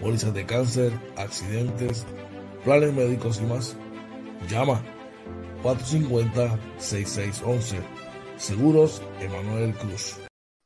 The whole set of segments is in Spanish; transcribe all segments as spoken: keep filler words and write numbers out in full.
pólizas de cáncer, accidentes, planes médicos y más. Llama cuatro cinco cero, seis seis uno uno. Seguros Emanuel Cruz.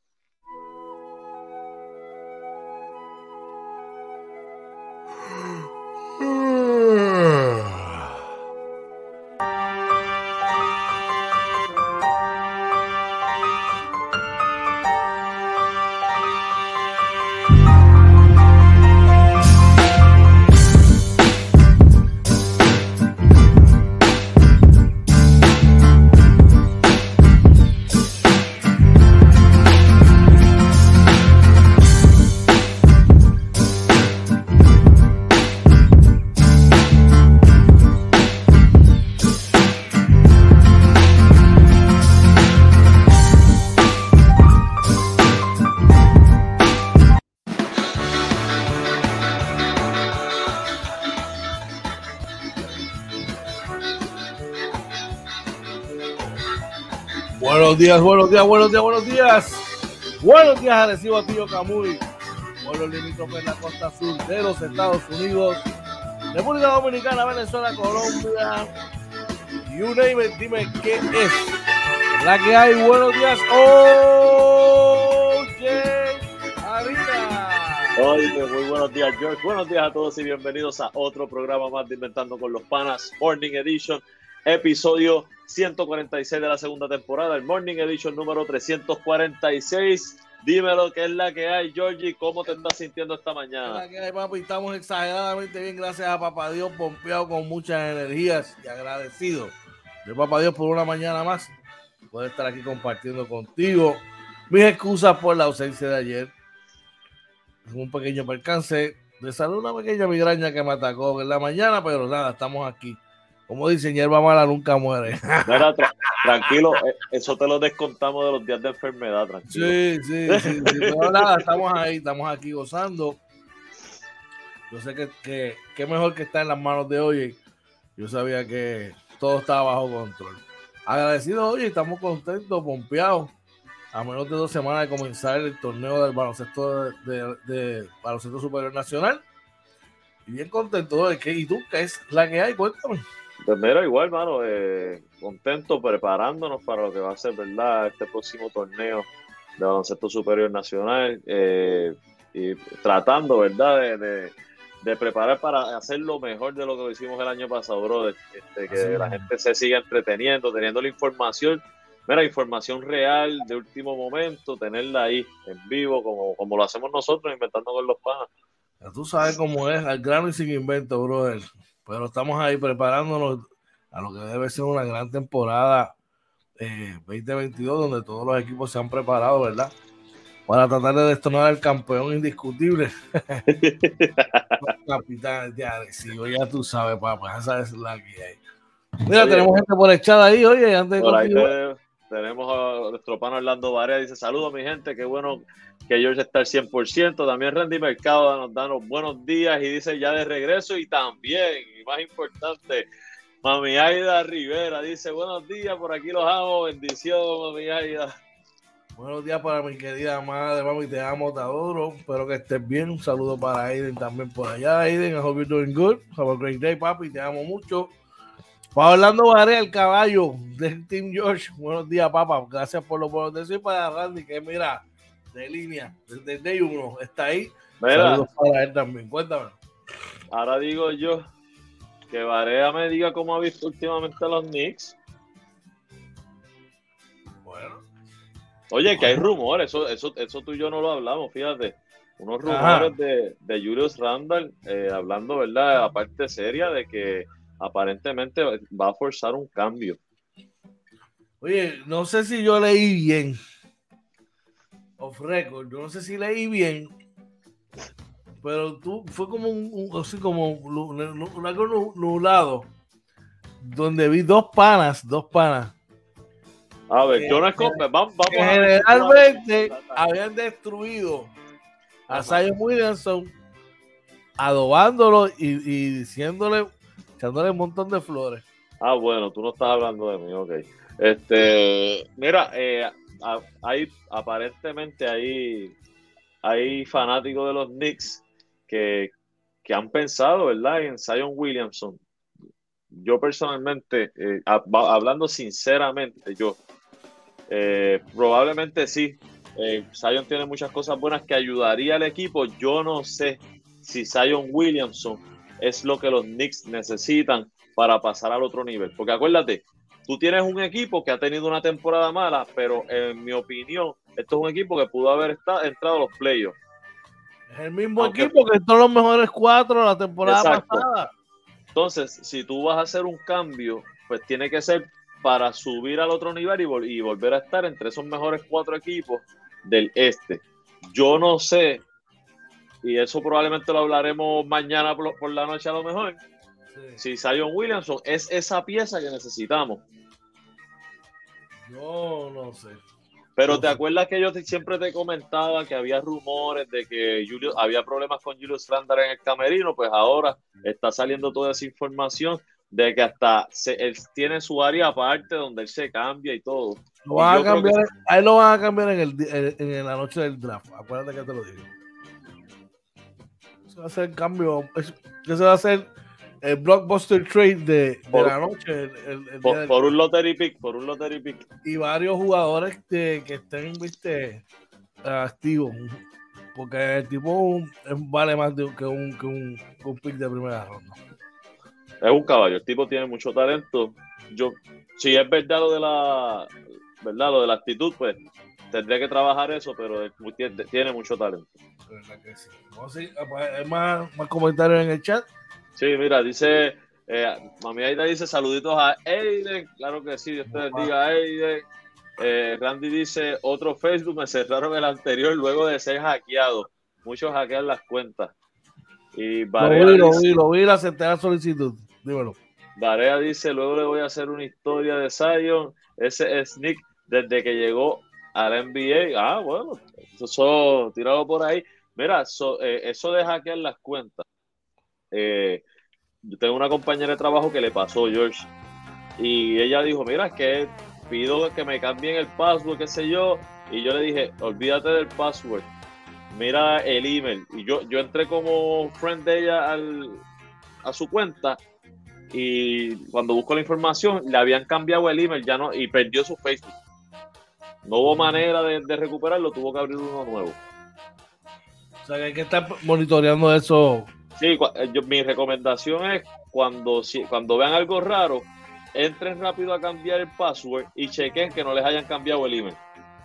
Buenos días, buenos días, buenos días, buenos días. Buenos días, Arecibo, Tío Camuy. Pueblos limítrofes en la costa sur de los Estados Unidos, República Dominicana, Venezuela, Colombia. You name it, dime qué es la que hay. Buenos días, Oye Harina. Oye, muy buenos días, George. Buenos días a todos y bienvenidos a otro programa más de Inventando con los Panas, Morning Edition, episodio ciento cuarenta y seis de la segunda temporada, el Morning Edition número trescientos cuarenta y seis. Dímelo, ¿qué es la que hay, Georgie? ¿Cómo te estás sintiendo esta mañana? La que hay, papi, estamos exageradamente bien, gracias a Papá Dios, pompeado con muchas energías y agradecido de Papá Dios por una mañana más poder estar aquí compartiendo contigo. Mis excusas por la ausencia de ayer, un pequeño percance de salud, una pequeña migraña que me atacó en la mañana, pero nada, estamos aquí. Como dicen, hierba mala nunca muere. Mira, tra- tranquilo, eso te lo descontamos de los días de enfermedad, tranquilo. Sí, sí, sí, sí, pero nada, estamos ahí, estamos aquí gozando. Yo sé que, que, que mejor que está en las manos de hoy. Yo sabía que todo estaba bajo control. Agradecido hoy, estamos contentos, pompeados. A menos de dos semanas de comenzar el torneo del baloncesto de, de, de baloncesto superior nacional. Y bien contento. ¿eh? ¿Y tú qué es la que hay? Cuéntame. Pues mira, igual, mano, eh, contento, preparándonos para lo que va a ser, ¿verdad? Este próximo torneo de baloncesto superior nacional, eh, y tratando, ¿verdad? De, de, de preparar para hacer lo mejor de lo que hicimos el año pasado, brother. Este, que Así la es. gente se siga entreteniendo, teniendo la información, mira, información real de último momento, tenerla ahí en vivo, como, como lo hacemos nosotros, Inventando con los Panas. Ya tú sabes cómo es, al grano y sin invento, brother. Pero estamos ahí preparándonos a lo que debe ser una gran temporada eh, veinte veintidós, donde todos los equipos se han preparado, ¿verdad? Para tratar de destronar al campeón indiscutible. Capitán de Arecibo, ya tú sabes, papá, esa es la que hay. Mira, oye, tenemos gente por el chat ahí, oye, antes de por ahí te, tenemos a nuestro pana Orlando Barea, dice, saludos mi gente, qué bueno que George está al cien por ciento. También Randy Mercado nos da los buenos días y dice ya de regreso. Y también, y más importante, Mami Aida Rivera dice buenos días, por aquí los amo, bendición, Mami Aida. Buenos días para mi querida madre, mami, te amo, te adoro, espero que estés bien. Un saludo para Aiden también por allá. Aiden, I hope you're doing good. Have a great day, papi, te amo mucho. Para Orlando Barea, el caballo del Team George, buenos días, papá, gracias por los buenos deseos. Y para Randy, que mira, de línea, desde el day uno, está ahí. Mira, saludos para él también, cuéntame. Ahora digo yo, que Barea me diga cómo ha visto últimamente a los Knicks. Bueno. Oye, que hay rumores, eso, eso, eso tú y yo no lo hablamos, fíjate. Unos rumores de, de Julius Randle, eh, hablando, ¿verdad? Aparte seria de que aparentemente va a forzar un cambio. Oye, no sé si yo leí bien. Off record, yo no sé si leí bien. Pero tú, fue como un, un así como un, algo nublado. Donde vi dos panas, dos panas. A ver, que, yo no escondo, vamos, vamos que a generalmente ver. habían destruido a Zion Williamson, adobándolo y, y diciéndole, echándole un montón de flores. Ah, bueno, tú no estás hablando de mí, ok. Este, mira, eh, hay aparentemente hay, hay fanáticos de los Knicks que que han pensado, ¿verdad?, en Zion Williamson. Yo personalmente, eh, hablando sinceramente, yo, eh, probablemente sí. Eh, Zion tiene muchas cosas buenas que ayudaría al equipo. Yo no sé si Zion Williamson es lo que los Knicks necesitan para pasar al otro nivel. Porque acuérdate, tú tienes un equipo que ha tenido una temporada mala, pero en mi opinión, esto es un equipo que pudo haber estado, entrado a los playoffs. Es el mismo Aunque, equipo que son los mejores cuatro la temporada exacto. pasada. Entonces, si tú vas a hacer un cambio, pues tiene que ser para subir al otro nivel y, vol y volver a estar entre esos mejores cuatro equipos del este. Yo no sé, y eso probablemente lo hablaremos mañana por, por la noche a lo mejor, sí. si Zion Williamson es esa pieza que necesitamos. No, no sé. Pero no te sé. acuerdas que yo te, siempre te comentaba que había rumores de que Julio, había problemas con Julius Randle en el camerino, pues ahora está saliendo toda esa información de que hasta se, él tiene su área aparte donde él se cambia y todo. Lo van a cambiar, que... Ahí lo van a cambiar en, el, en, en la noche del draft. Acuérdate que te lo digo. Ese va a ser el cambio. Ese va a ser el blockbuster trade de, de por, la noche. El, el, el por, por un lottery pick, por un lottery pick. Y varios jugadores que, que estén, viste, activos. Porque el tipo vale más de, que, un, que, un, que un pick de primera ronda. Es un caballo, el tipo tiene mucho talento. Yo, si es verdad lo de la, verdad lo de la actitud, pues tendría que trabajar eso, pero tiene, tiene mucho talento. ¿Verdad que sí? ¿No? Sí, ¿hay más, más comentarios en el chat? Sí, mira, dice, eh, Mami Aida dice saluditos a Aiden, claro que sí, Dios te bendiga a Aiden. Eh, Randy dice, otro Facebook, me cerraron el anterior luego de ser hackeado. Muchos hackean las cuentas. Y Barea lo vi, lo dice, vi, lo vi, la acepté la solicitud. Dímelo. Barea dice, luego le voy a hacer una historia de Zion. Ese es Nick desde que llegó a la N B A. Ah, bueno, eso tirado por ahí. Mira, so, eh, eso de hackear las cuentas. Eh, yo tengo una compañera de trabajo que le pasó, George. Y ella dijo, mira, es que pido que me cambien el password, qué sé yo. Y yo le dije, olvídate del password. Mira el email. Y yo, yo entré como friend de ella al, a su cuenta. Y cuando busco la información, le habían cambiado el email ya no, y perdió su Facebook. No hubo manera de, de recuperarlo, tuvo que abrir uno nuevo. O sea que hay que estar monitoreando eso. Sí, yo, mi recomendación es cuando, si, cuando vean algo raro, entren rápido a cambiar el password y chequen que no les hayan cambiado el email.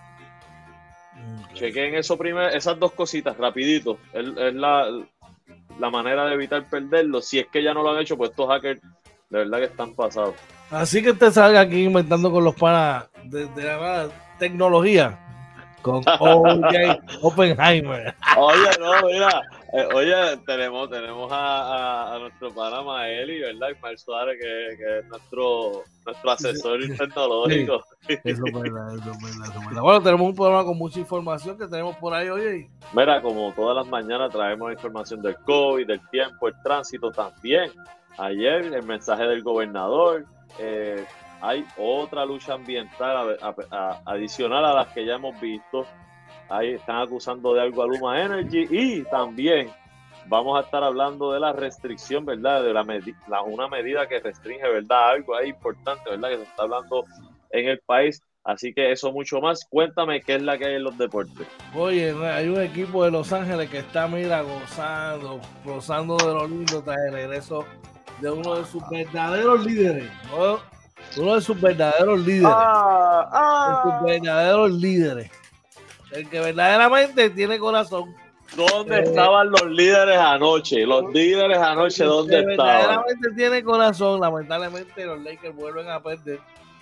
Okay. Chequen eso primero, esas dos cositas rapidito. Es, es la, la manera de evitar perderlo. Si es que ya no lo han hecho, pues estos hackers de verdad que están pasados. Así que usted salga aquí inventando con los panas de, de la tecnología con O J Oppenheimer. Oye, no, mira, eh, oye, tenemos, tenemos a, a, a nuestro pana Maeli, ¿verdad? Ismael Suárez, que, que es nuestro, nuestro asesor sí, tecnológico. Sí, eso es verdad, eso es verdad, eso es verdad. Bueno, tenemos un programa con mucha información que tenemos por ahí, oye. Mira, como todas las mañanas traemos información del COVID, del tiempo, el tránsito también. Ayer, el mensaje del gobernador. Eh, hay otra lucha ambiental a, a, a, adicional a las que ya hemos visto. Ahí están acusando de algo a Luma Energy y también vamos a estar hablando de la restricción, ¿verdad? De la, medi la una medida que restringe, ¿verdad? Algo ahí importante, ¿verdad? Que se está hablando en el país. Así que eso mucho más. Cuéntame qué es la que hay en los deportes. Oye, hay un equipo de Los Ángeles que está, mira, gozando, gozando de lo lindo tras el regreso de uno de sus verdaderos líderes, ¿no? Uno de sus verdaderos líderes. Ah, ah. De sus verdaderos líderes. El que verdaderamente tiene corazón. ¿Dónde eh, estaban los líderes anoche? Los líderes anoche, ¿dónde estaban? Verdaderamente tiene corazón. Lamentablemente los Lakers vuelven a perder.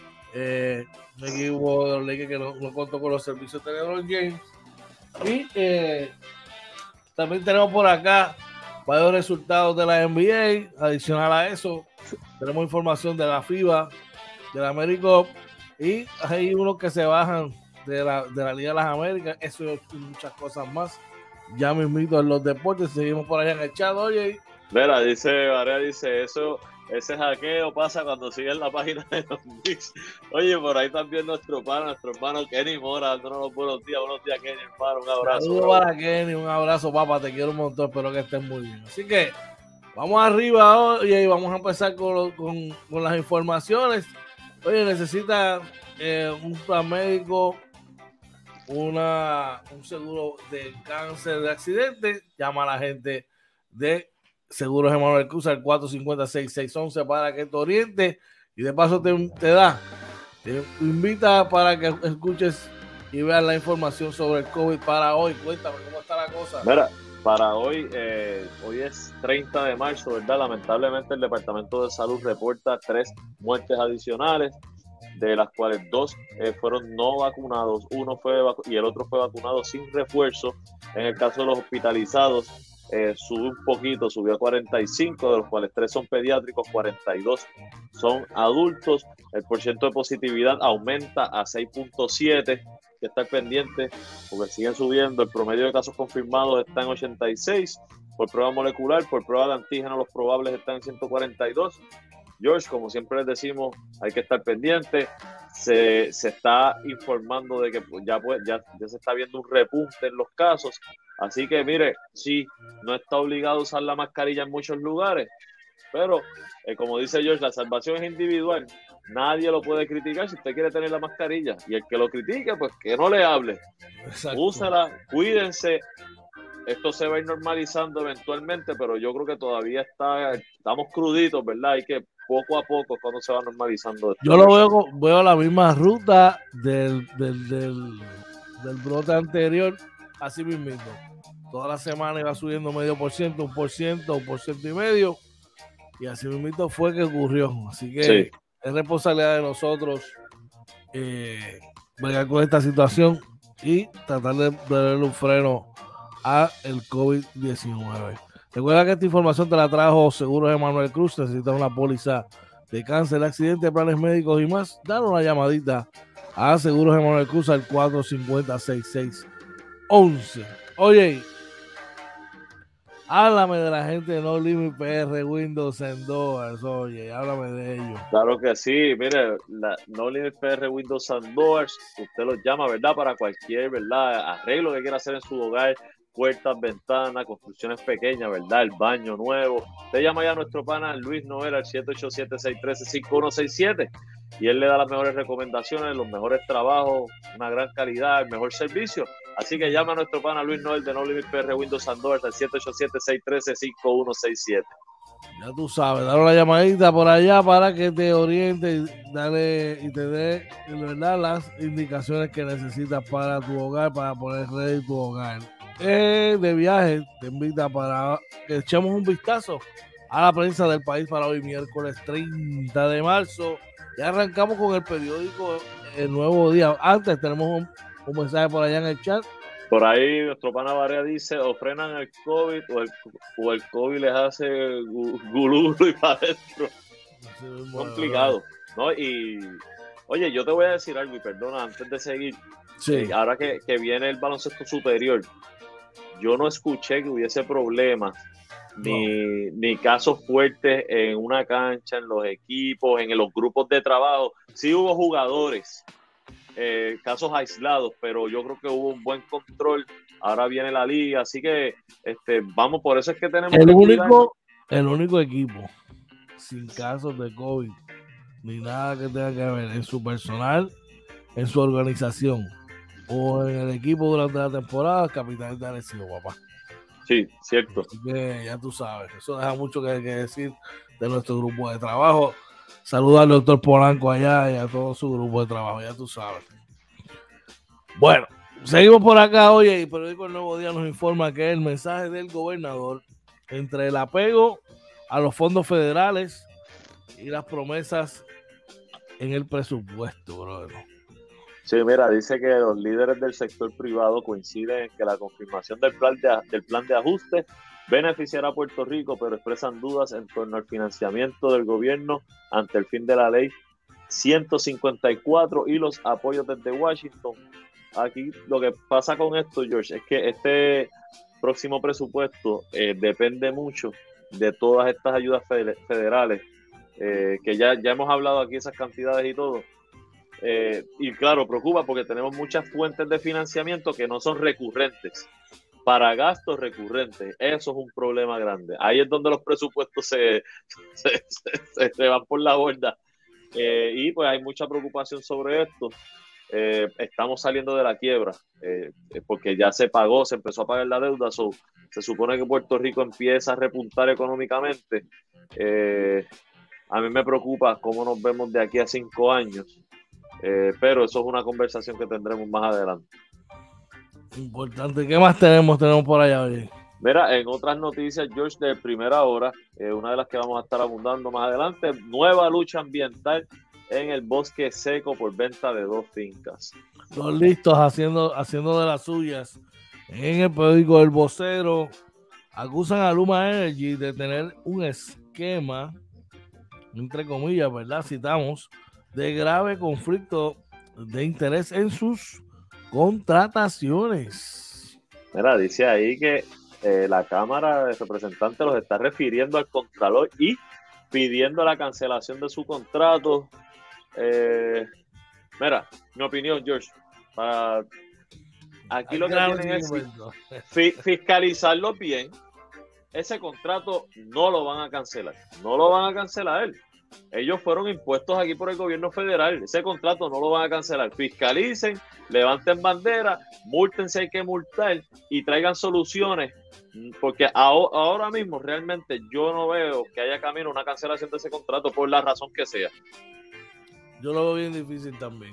Eh, un equipo de los Lakers que no, no contó con los servicios de LeBron James. Y eh, también tenemos por acá varios resultados de la N B A. Adicional a eso, tenemos información de la FIBA, de la America, y hay unos que se bajan de la, de la Liga de las Américas. Eso y muchas cosas más. Ya me invito a los deportes. Seguimos por allá en el chat, oye. Mira, dice Barea, dice eso, ese hackeo pasa cuando siguen la página de los Knicks. Oye, por ahí también nuestro pana, nuestro hermano Kenny Mora, dándonos los buenos días. Buenos días, Kenny, hermano, un abrazo. Saludos para Kenny, un abrazo, papá, te quiero un montón, espero que estés muy bien. Así que Vamos arriba, oye, y vamos a empezar con, con, con las informaciones. Oye, necesita eh, un plan médico, una, un seguro de cáncer de accidente. Llama a la gente de Seguros Emanuel Cruz al cuatro cinco cero, seis seis uno uno para que te oriente y de paso te, te da, te invita para que escuches y veas la información sobre el COVID para hoy. Cuéntame cómo está la cosa. Mira, para hoy, eh, hoy es treinta de marzo, ¿verdad? Lamentablemente el Departamento de Salud reporta tres muertes adicionales, de las cuales dos eh, fueron no vacunados, uno fue vacu- y el otro fue vacunado sin refuerzo. En el caso de los hospitalizados, eh, sube un poquito, subió a cuarenta y cinco, de los cuales tres son pediátricos, cuarenta y dos son adultos. El porcentaje de positividad aumenta a seis punto siete, que estar pendiente porque siguen subiendo. El promedio de casos confirmados está en ochenta y seis por prueba molecular, por prueba de antígeno los probables están en ciento cuarenta y dos. George, como siempre les decimos, hay que estar pendiente. Se, se está informando de que ya, pues, ya, ya se está viendo un repunte en los casos. Así que, mire, sí, no está obligado a usar la mascarilla en muchos lugares, pero, eh, como dice George, la salvación es individual. Nadie lo puede criticar si usted quiere tener la mascarilla. Y el que lo critique, pues que no le hable. Exacto. Úsala, cuídense. Esto se va a ir normalizando eventualmente, pero yo creo que todavía está, estamos cruditos, ¿verdad? Hay que poco a poco es cuando se va normalizando esto. Yo lo veo, veo la misma ruta del, del, del, del brote anterior, así mismo. Toda la semana iba subiendo medio por ciento, un por ciento, un por ciento y medio, y así mismo fue que ocurrió. Así que sí, es responsabilidad de nosotros eh, bregar con esta situación y tratar de darle un freno a el COVID diecinueve. Recuerda que esta información te la trajo Seguros Emanuel Cruz. Necesitas una póliza de cáncer, accidente, planes médicos y más. Dale una llamadita a Seguros Emanuel Cruz al cuatro cinco cero, seis seis uno uno. Oye, háblame de la gente de No Limit P R, Windows and Doors. Oye, háblame de ellos. Claro que sí, mire, la No Limit P R, Windows and Doors, usted los llama, ¿verdad? Para cualquier, ¿verdad? Arreglo que quiera hacer en su hogar. Puertas, ventanas, construcciones pequeñas, ¿verdad? El baño nuevo. Usted llama ya a nuestro pana Luis Noel al siete ocho siete, seis uno tres, cinco uno seis siete y él le da las mejores recomendaciones, los mejores trabajos, una gran calidad, el mejor servicio. Así que llama a nuestro pana Luis Noel de No Limit P R Windows and Doors al siete ocho siete, seis uno tres, cinco uno seis siete. Ya tú sabes, dale una llamadita por allá para que te oriente y, dale, y te dé, ¿verdad?, las indicaciones que necesitas para tu hogar, para poner ready tu hogar. Eh, de viaje, te invita para que echemos un vistazo a la prensa del país para hoy, miércoles treinta de marzo. Ya arrancamos con el periódico El Nuevo Día. Antes tenemos un, un mensaje por allá en el chat. Por ahí nuestro pana Varea dice, o frenan el COVID o el, o el COVID les hace gululu y para adentro. Sí, bueno, complicado, ¿no? Y oye, yo te voy a decir algo y perdona antes de seguir. Sí. Eh, ahora que, que viene el baloncesto superior, yo no escuché que hubiese problemas ni, no. ni casos fuertes en una cancha, en los equipos, en los grupos de trabajo. Sí hubo jugadores, eh, casos aislados, pero yo creo que hubo un buen control. Ahora viene la liga, así que este, vamos, por eso es que tenemos el que único, el único equipo sin casos de COVID ni nada que tenga que ver en su personal, en su organización o en el equipo durante la temporada, Capitán de Arecibo, papá. Sí, cierto. Así que ya tú sabes, eso deja mucho que, que decir de nuestro grupo de trabajo. Saludar al doctor Polanco allá y a todo su grupo de trabajo, ya tú sabes. Bueno, seguimos por acá. Oye, y el periódico El Nuevo Día nos informa que el mensaje del gobernador entre el apego a los fondos federales y las promesas en el presupuesto, brother. Sí, mira, dice que los líderes del sector privado coinciden en que la confirmación del plan de, del plan de ajuste beneficiará a Puerto Rico, pero expresan dudas en torno al financiamiento del gobierno ante el fin de la ley ciento cincuenta y cuatro y los apoyos desde Washington. Aquí lo que pasa con esto, George, es que este próximo presupuesto eh, depende mucho de todas estas ayudas federales, eh, que ya, ya hemos hablado aquí esas cantidades y todo. Eh, y claro, preocupa porque tenemos muchas fuentes de financiamiento que no son recurrentes. para gastos recurrentes. Eso es un problema grande. Ahí es donde los presupuestos se, se, se, se van por la borda. Eh, y pues hay mucha preocupación sobre esto. Eh, estamos saliendo de la quiebra eh, porque ya se pagó, se empezó a pagar la deuda. So, se supone que Puerto Rico empieza a repuntar económicamente. Eh, a mí me preocupa cómo nos vemos de aquí a cinco años, eh, pero eso es una conversación que tendremos más adelante. Importante. ¿Qué más tenemos, tenemos por allá hoy? Mira, en otras noticias, George, de primera hora, eh, una de las que vamos a estar abundando más adelante, nueva lucha ambiental en el Bosque Seco por venta de dos fincas. Los listos haciendo, haciendo de las suyas. En el periódico El Vocero acusan a Luma Energy de tener un esquema, entre comillas, ¿verdad? Citamos, de grave conflicto de interés en sus contrataciones. Mira, dice ahí que eh, la Cámara de Representantes los está refiriendo al Contralor y pidiendo la cancelación de su contrato. Eh, mira, mi opinión, George, para aquí lo que tienen es fi- fiscalizarlo bien. Ese contrato no lo van a cancelar, no lo van a cancelar. Ellos fueron impuestos aquí por el gobierno federal. Ese contrato no lo van a cancelar. Fiscalicen, levanten bandera, multen si hay que multar y traigan soluciones, porque ahora mismo realmente yo no veo que haya camino a una cancelación de ese contrato por la razón que sea. Yo lo veo bien difícil también.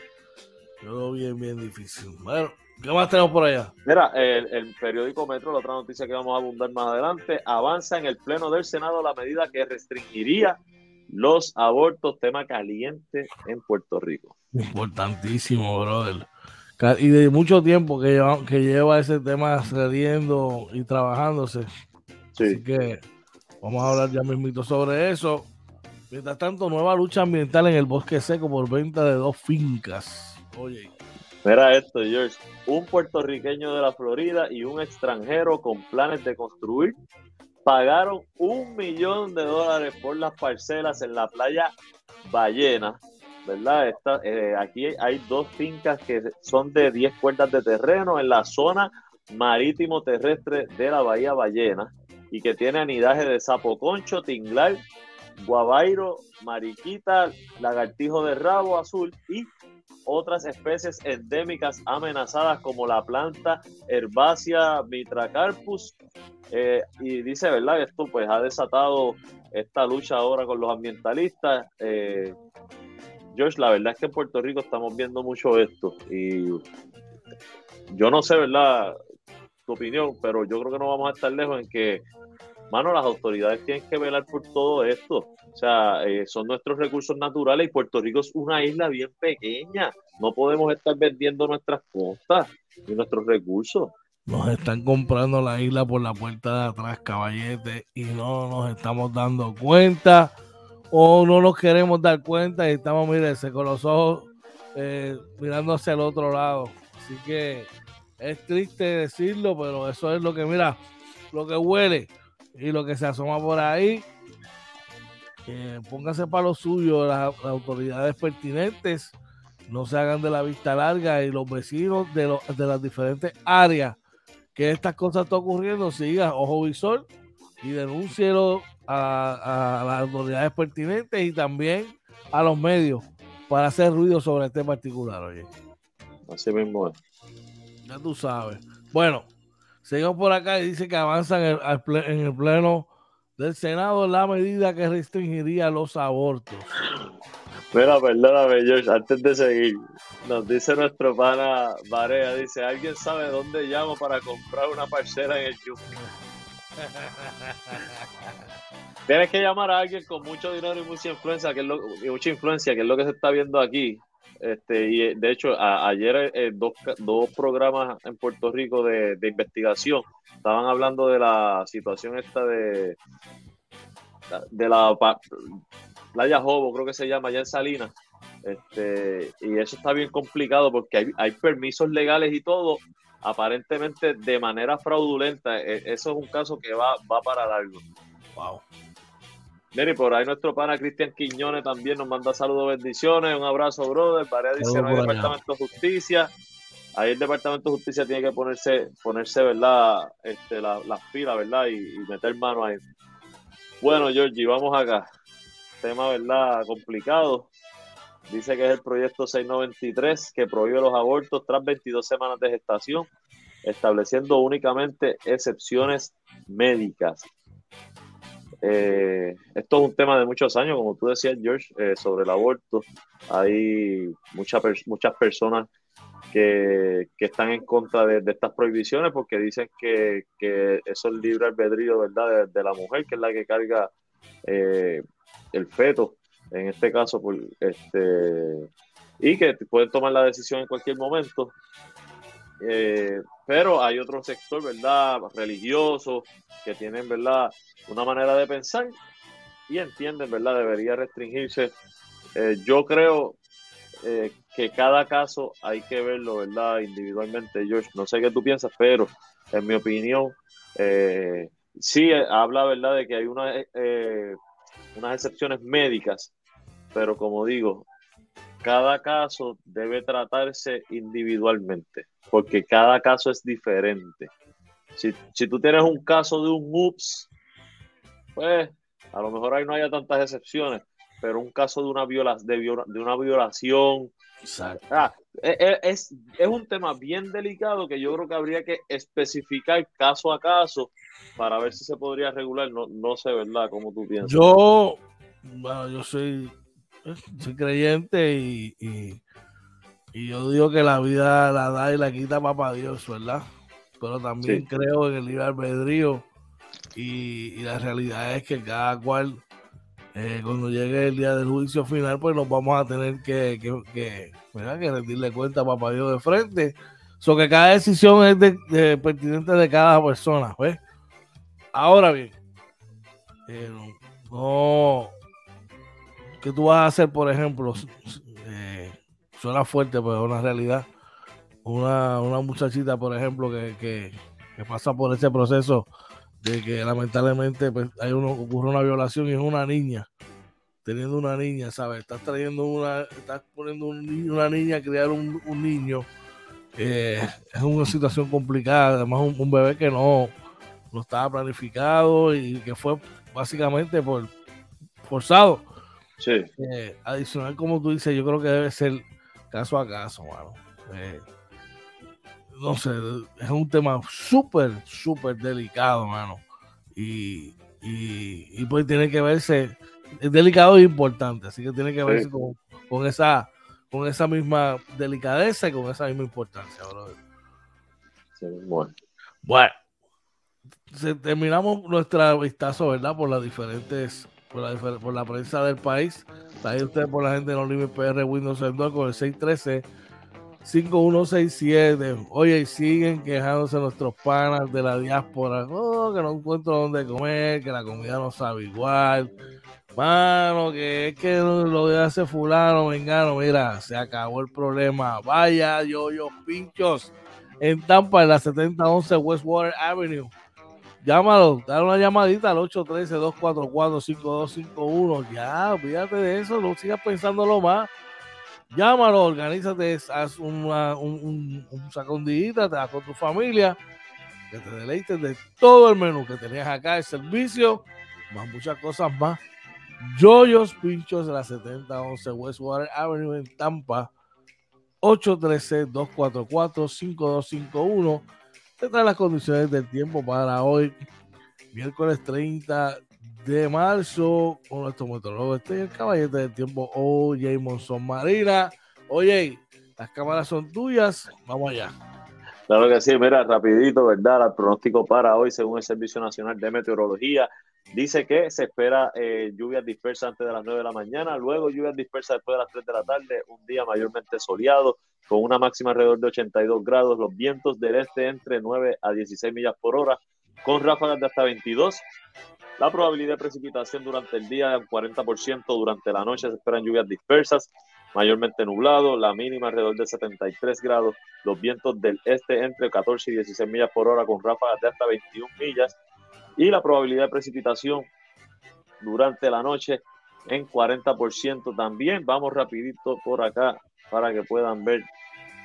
Yo lo veo bien, bien difícil. Bueno, ¿qué más tenemos por allá? Mira, el, el periódico Metro, la otra noticia que vamos a abundar más adelante, avanza en el Pleno del Senado la medida que restringiría los abortos, tema caliente en Puerto Rico. Importantísimo, brother. Y de mucho tiempo que lleva, que lleva ese tema cediendo y trabajándose. Sí. Así que vamos a hablar ya mismito sobre eso. Mientras tanto, nueva lucha ambiental en el Bosque Seco por venta de dos fincas. Oye. Mira esto, George. Un puertorriqueño de la Florida y un extranjero con planes de construir pagaron un millón de dólares por las parcelas en la playa Ballena, ¿verdad? Esta, eh, aquí hay dos fincas que son de diez cuerdas de terreno en la zona marítimo terrestre de la bahía Ballena y que tiene anidaje de sapo concho, tinglar, guabairo, mariquita, lagartijo de rabo azul y otras especies endémicas amenazadas como la planta herbácea Mitracarpus. Eh, y dice, ¿verdad? Esto pues ha desatado esta lucha ahora con los ambientalistas. Eh, George, la verdad es que en Puerto Rico estamos viendo mucho esto y yo no sé, ¿verdad?, tu opinión, pero yo creo que no vamos a estar lejos en que, mano, las autoridades tienen que velar por todo esto. O sea, eh, son nuestros recursos naturales y Puerto Rico es una isla bien pequeña. No podemos estar vendiendo nuestras costas y nuestros recursos. Nos están comprando la isla por la puerta de atrás, caballete, y no nos estamos dando cuenta o no nos queremos dar cuenta y estamos, mírense, con los ojos eh, mirando hacia el otro lado. Así que es triste decirlo, pero eso es lo que, mira, lo que huele y lo que se asoma por ahí. Eh, pónganse para lo suyo las, las autoridades pertinentes, no se hagan de la vista larga y los vecinos de, lo, de las diferentes áreas que estas cosas están ocurriendo, sigan ojo visor y denúncielo a, a las autoridades pertinentes y también a los medios para hacer ruido sobre este particular. Oye, así mismo es. Ya tú sabes. Bueno, seguimos por acá y dice que avanzan en el, en el pleno del Senado la medida que restringiría los abortos. Mira, perdóname, George, antes de seguir, nos dice nuestro pana Barea, dice, ¿alguien sabe dónde llamo para comprar una parcela en el Yupi? Tienes que llamar a alguien con mucho dinero y mucha influencia, que es lo, y mucha influencia, que es lo que se está viendo aquí. Este, y de hecho, a, ayer eh, dos, dos programas en Puerto Rico de, de investigación estaban hablando de la situación esta de, de la playa Jobo, creo que se llama, allá en Salinas. Este, y eso está bien complicado porque hay, hay permisos legales y todo, aparentemente de manera fraudulenta. Eso es un caso que va, va para largo. Wow. Mire, por ahí nuestro pana Cristian Quiñones también nos manda saludos, bendiciones, un abrazo, brother. Barea dice, no hay Departamento de Justicia. ahí el Departamento de Justicia tiene que ponerse, ponerse ¿verdad? Este, la, las pilas, ¿verdad? Y, y meter mano ahí. Bueno, Georgie, vamos acá. Tema, ¿verdad? Complicado. Dice que es el proyecto seiscientos noventa y tres que prohíbe los abortos tras veintidós semanas de gestación, estableciendo únicamente excepciones médicas. Eh, esto es un tema de muchos años, como tú decías, George, eh, sobre el aborto. Hay mucha, muchas personas que, que están en contra de, de estas prohibiciones porque dicen que, que eso es libre albedrío, ¿verdad?, de, de la mujer, que es la que carga eh, el feto, en este caso, por, este, y que pueden tomar la decisión en cualquier momento. Eh, pero hay otro sector, ¿verdad?, religioso, que tienen, ¿verdad?, una manera de pensar y entienden, ¿verdad?, debería restringirse. Eh, yo creo eh, que cada caso hay que verlo, ¿verdad?, individualmente, George. No sé qué tú piensas, pero en mi opinión, eh, sí eh, habla, ¿verdad?, de que hay una, eh, unas excepciones médicas, pero como digo, cada caso debe tratarse individualmente, porque cada caso es diferente. Si, si tú tienes un caso de un ups, pues a lo mejor ahí no haya tantas excepciones, pero un caso de una, viola, de, viola, de una violación, Exacto. Ah, es, es, es un tema bien delicado que yo creo que habría que especificar caso a caso para ver si se podría regular. No, no sé, ¿verdad?, cómo tú piensas. Yo, bueno, yo soy, soy creyente y, y, y yo digo que la vida la da y la quita papá Dios, ¿verdad? Pero también sí. creo en el libre albedrío y, y la realidad es que cada cual, eh, cuando llegue el día del juicio final, pues nos vamos a tener que, que, que, ¿verdad?, que rendirle cuenta a papá Dios de frente. So que cada decisión es de, de, pertinente de cada persona, ¿ves? Ahora bien, eh, no, ¿qué tú vas a hacer, por ejemplo? Eh, suena fuerte, pero es una realidad. Una, una muchachita, por ejemplo, que, que, que pasa por ese proceso de que lamentablemente pues, hay uno, ocurre una violación y es una niña, teniendo una niña, ¿sabes? Estás trayendo una, estás poniendo un, una niña a criar un, un niño. Eh, es una situación complicada, además un, un bebé que no, no estaba planificado y que fue básicamente por forzado. Sí. Eh, adicional, como tú dices, yo creo que debe ser caso a caso, mano. Eh, no sé, es un tema súper, súper delicado, mano. Y, y, y pues tiene que verse, es delicado e importante, así que tiene que verse sí. con, con, esa, con esa misma delicadeza y con esa misma importancia, brother. Sí, bueno. Bueno, se, terminamos nuestra vistazo, ¿verdad? Por las diferentes, por la, por la prensa del país. Ahí ustedes por la gente de No Limit P R Windows Endor con el seis uno tres, cinco uno seis siete. Oye, siguen quejándose nuestros panas de la diáspora. Oh, que no encuentro dónde comer, que la comida no sabe igual. Mano, que es que lo de hace fulano, vengano, mira, se acabó el problema. Vaya, yo, yo, pinchos. En Tampa, en la setenta once Westwater Avenue. Llámalo, dale una llamadita al ocho uno tres, dos cuatro cuatro, cinco dos cinco uno. Ya, olvídate de eso, no sigas pensándolo más. Llámalo, organízate, haz una, un, un, un sacondillita, te vas con tu familia, que te deleites de todo el menú que tenías acá, el servicio, más muchas cosas más. Yoyos Pinchos de la setenta once Westwater Avenue en Tampa, ocho uno tres, dos cuatro cuatro, cinco dos cinco uno. Te trae las condiciones del tiempo para hoy, miércoles treinta de marzo, con nuestro meteorólogo, este el caballete del tiempo, O J Monzón Marina. Oye, las cámaras son tuyas, vamos allá. Claro que sí, mira, rapidito, ¿verdad? El pronóstico para hoy, según el Servicio Nacional de Meteorología, dice que se espera eh, lluvias dispersas antes de las nueve de la mañana, luego lluvias dispersas después de las tres de la tarde, un día mayormente soleado, con una máxima alrededor de ochenta y dos grados, los vientos del este entre nueve a dieciséis millas por hora, con ráfagas de hasta veintidós. La probabilidad de precipitación durante el día un cuarenta por ciento, durante la noche se esperan lluvias dispersas, mayormente nublado, la mínima alrededor de setenta y tres grados, los vientos del este entre catorce y dieciséis millas por hora con ráfagas de hasta veintiuna millas y la probabilidad de precipitación durante la noche en cuarenta por ciento también. Vamos rapidito por acá para que puedan ver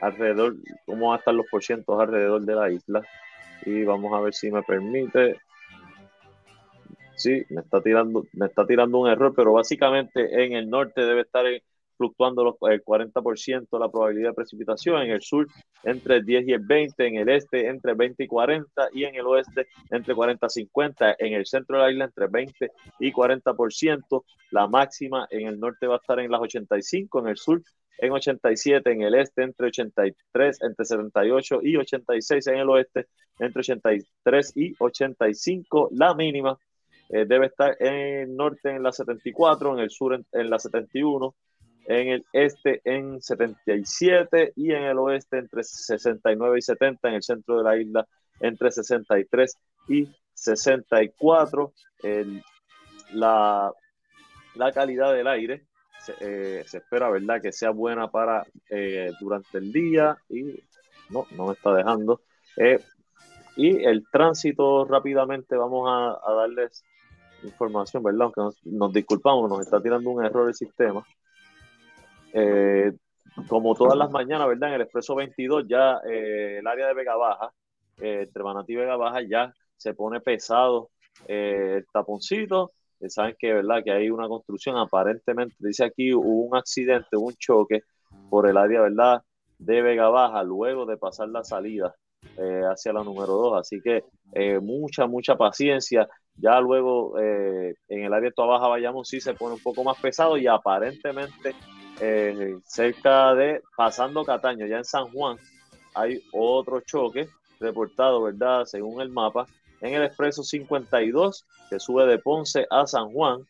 alrededor, cómo van a estar los porcientos alrededor de la isla. Y vamos a ver si me permite. Sí, me está tirando, me está tirando un error, pero básicamente en el norte debe estar en, fluctuando los, el cuarenta por ciento la probabilidad de precipitación, en el sur entre el diez y el veinte, en el este entre veinte y cuarenta y en el oeste entre cuarenta y cincuenta, en el centro de la isla entre veinte y cuarenta por ciento, la máxima en el norte va a estar en las ochenta y cinco, en el sur en ochenta y siete, en el este entre ochenta y tres, entre setenta y ocho y ochenta y seis, en el oeste entre ochenta y tres y ochenta y cinco, la mínima eh, debe estar en el norte en la setenta y cuatro, en el sur en, en la setenta y uno, en el este en setenta y siete y en el oeste entre sesenta y nueve y setenta, en el centro de la isla entre sesenta y tres y sesenta y cuatro. El, la, la calidad del aire se, eh, se espera, ¿verdad?, que sea buena para eh, durante el día y no, no me está dejando. Eh, y el tránsito rápidamente vamos a, a darles información, ¿verdad? Aunque nos, nos disculpamos, nos está tirando un error el sistema. Eh, como todas las mañanas, ¿verdad? En el Expreso veintidós ya eh, el área de Vega Baja, eh, entre Manatí y Vega Baja, ya se pone pesado eh, el taponcito. Eh, saben que, ¿verdad?, que hay una construcción, aparentemente, dice aquí, hubo un accidente, un choque por el área, ¿verdad?, de Vega Baja, luego de pasar la salida eh, hacia la número dos. Así que eh, mucha, mucha paciencia. Ya luego eh, en el área de Toa Baja, Bayamón, sí se pone un poco más pesado y aparentemente Eh, cerca de, pasando Cataño, ya en San Juan, hay otro choque reportado, ¿verdad?, según el mapa, en el Expreso cincuenta y dos, que sube de Ponce a San Juan.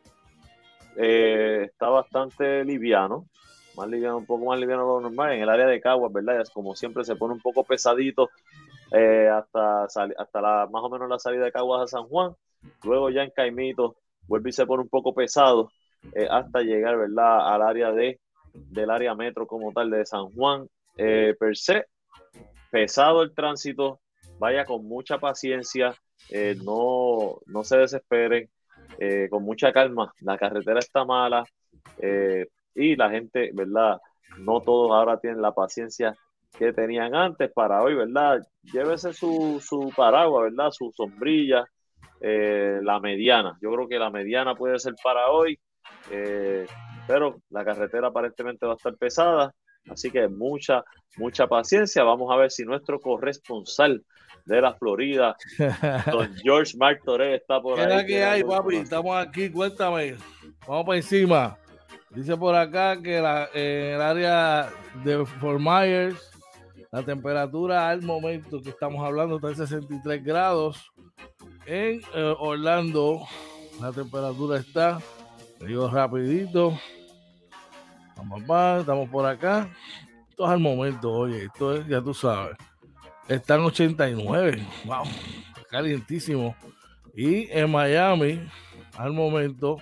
Eh, está bastante liviano, más liviano, un poco más liviano de lo normal. En el área de Caguas, ¿verdad?, como siempre se pone un poco pesadito eh, hasta, hasta la, más o menos la salida de Caguas a San Juan. Luego ya en Caimito vuelve y se pone un poco pesado Eh, hasta llegar, ¿verdad?, al área de del área metro como tal de San Juan. Eh, per se, pesado el tránsito, vaya con mucha paciencia, eh, no, no se desesperen, eh, con mucha calma. La carretera está mala eh, y la gente, ¿verdad?, no todos ahora tienen la paciencia que tenían antes para hoy, ¿verdad? Llévese su, su paraguas, ¿verdad?, su sombrilla, eh, la mediana. Yo creo que la mediana puede ser para hoy. Eh, pero la carretera aparentemente va a estar pesada, así que mucha, mucha paciencia. Vamos a ver si nuestro corresponsal de la Florida, don George Martorell, está por ¿Qué ahí. es que hay, papi? Estamos aquí, cuéntame. Vamos para encima. Dice por acá que la, en el área de Fort Myers, la temperatura al momento que estamos hablando está en sesenta y tres grados. En eh, Orlando, la temperatura está, te digo rapidito, vamos, vamos, estamos por acá. Esto es al momento, oye, esto es, ya tú sabes, está en ochenta y nueve, wow, calientísimo. Y en Miami, al momento,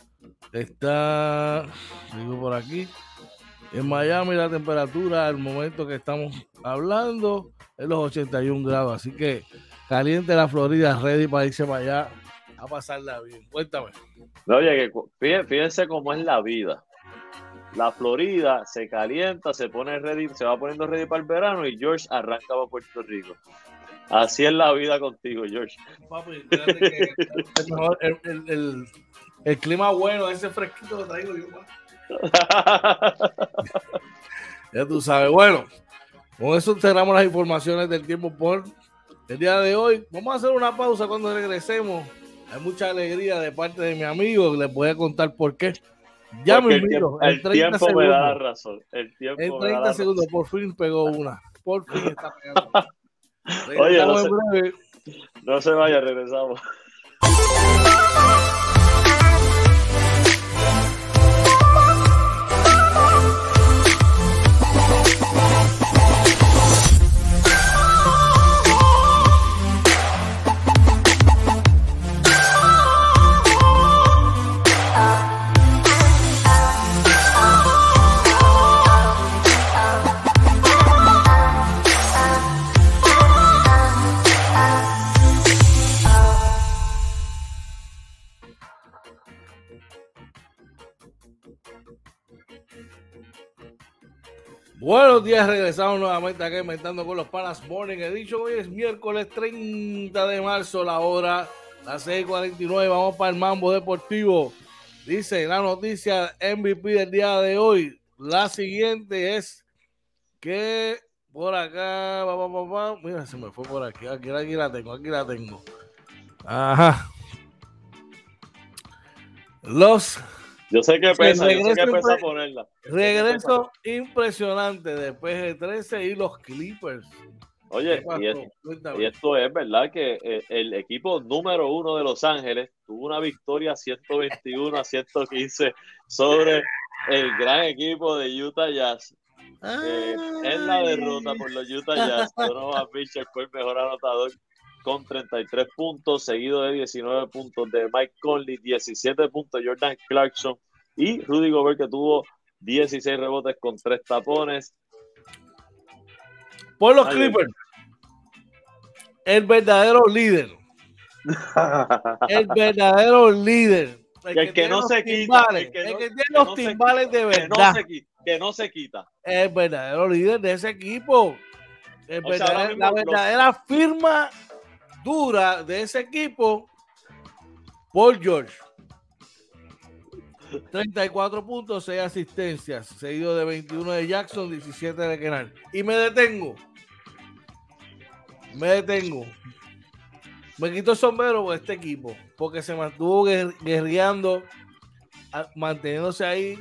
está, digo por aquí, en Miami la temperatura al momento que estamos hablando es los ochenta y un grados, así que caliente la Florida, ready para irse para allá a pasarla bien. Cuéntame. Oye, que fíjense cómo es la vida. La Florida se calienta, se pone ready, se va poniendo ready para el verano y George arranca para Puerto Rico. Así es la vida contigo, George. Papi, fíjate que el, mejor, el, el, el, el clima bueno, ese fresquito lo traigo yo, man. Ya tú sabes. Bueno, con eso cerramos las informaciones del tiempo por el día de hoy. Vamos a hacer una pausa cuando regresemos. Hay mucha alegría de parte de mi amigo. Les voy a contar por qué. Ya me miro. El tiempo segundos, me da la razón. El tiempo en treinta me segundos, razón. Por fin pegó una. Por fin está pegando. Oye, no se, no se vaya, regresamos. Buenos días, regresamos nuevamente acá inventando con los Panas Morning Edition. Hoy es miércoles treinta de marzo, la hora, las seis cuarenta y nueve. Vamos para el Mambo Deportivo. Dice la noticia M V P del día de hoy. La siguiente es que por acá, va, va, va, va. Mira, se me fue por aquí. Aquí, aquí la tengo, aquí la tengo. Ajá. Los Yo sé que pesa, yo sé que pesa ponerla. Regreso impresionante de P G trece y los Clippers. Oye, y, es, y esto es verdad que el, el equipo número uno de Los Ángeles tuvo una victoria ciento veintiuno a ciento quince sobre el gran equipo de Utah Jazz. Eh, en la derrota por los Utah Jazz, Donovan Mitchell fue el mejor anotador con treinta y tres puntos, seguido de diecinueve puntos de Mike Conley, diecisiete puntos Jordan Clarkson y Rudy Gobert, que tuvo dieciséis rebotes con tres tapones. Por los Ay, Clippers, el verdadero líder. El verdadero líder. El que, el que no se quita. El que, el que tiene los timbales de verdad. Que no, se, que no se quita. El verdadero líder de ese equipo. El verdadero, sea, la verdadera los... firma dura de ese equipo, Paul George. treinta y cuatro puntos, seis asistencias, seguido de veintiuno de Jackson, diecisiete de Kennard. Y me detengo. Me detengo. Me quito el sombrero por este equipo, porque se mantuvo guerreando, manteniéndose ahí,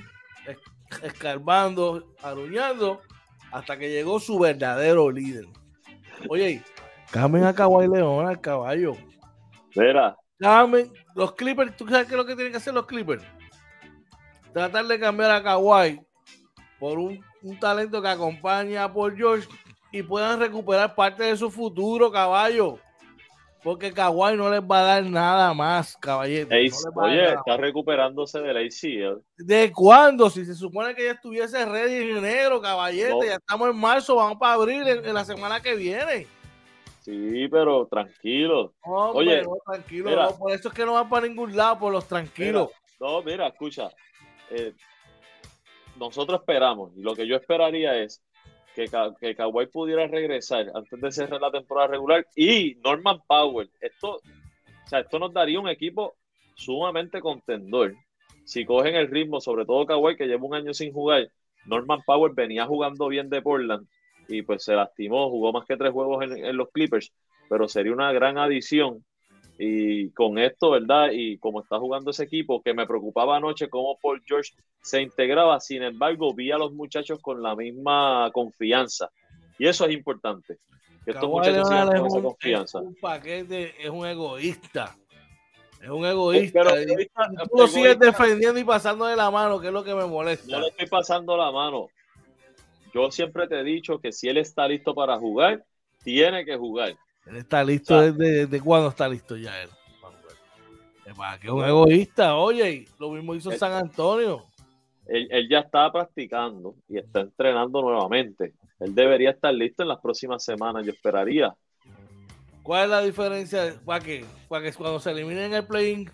escarbando, aruñando, hasta que llegó su verdadero líder. Oye, cambien a Kawhi León al caballo. Mira. Cambien. Los Clippers, ¿tú sabes qué es lo que tienen que hacer los Clippers? Tratar de cambiar a Kawhi por un, un talento que acompaña a Paul George y puedan recuperar parte de su futuro, caballo. Porque Kawhi no les va a dar nada más, caballero. No oye, está más. Recuperándose del A C L. ¿De cuándo? Si se supone que ya estuviese ready en enero, caballete, no. Ya estamos en marzo, vamos para abril en, en la semana que viene. Sí, pero tranquilo. Hombre, oye, no, tranquilo, no, por eso es que no van para ningún lado, por los tranquilos. Mira, no, mira, escucha. Eh, nosotros esperamos, y lo que yo esperaría es que, que Kawhi pudiera regresar antes de cerrar la temporada regular y Norman Powell. Esto, o sea, esto nos daría un equipo sumamente contendor. Si cogen el ritmo, sobre todo Kawhi, que lleva un año sin jugar, Norman Powell venía jugando bien de Portland y pues se lastimó, jugó más que tres juegos en, en los Clippers, pero sería una gran adición. Y con esto, ¿verdad? Y como está jugando ese equipo, que me preocupaba anoche cómo Paul George se integraba, sin embargo, vi a los muchachos con la misma confianza. Y eso es importante. Que estos Kawhi muchachos sigan con un, esa confianza. Es un paquete, es un egoísta. Es un egoísta. Pero, y egoísta tú lo sigues egoísta, defendiendo y pasando de la mano, que es lo que me molesta. No le estoy pasando la mano. Yo siempre te he dicho que si él está listo para jugar, tiene que jugar. Él está listo, o sea, desde, desde cuándo está listo ya él. Es para que es un egoísta, oye, lo mismo hizo él, San Antonio. Él, él ya está practicando y está entrenando nuevamente. Él debería estar listo en las próximas semanas, yo esperaría. ¿Cuál es la diferencia? ¿Para qué? ¿Para que cuando se eliminen el play-in?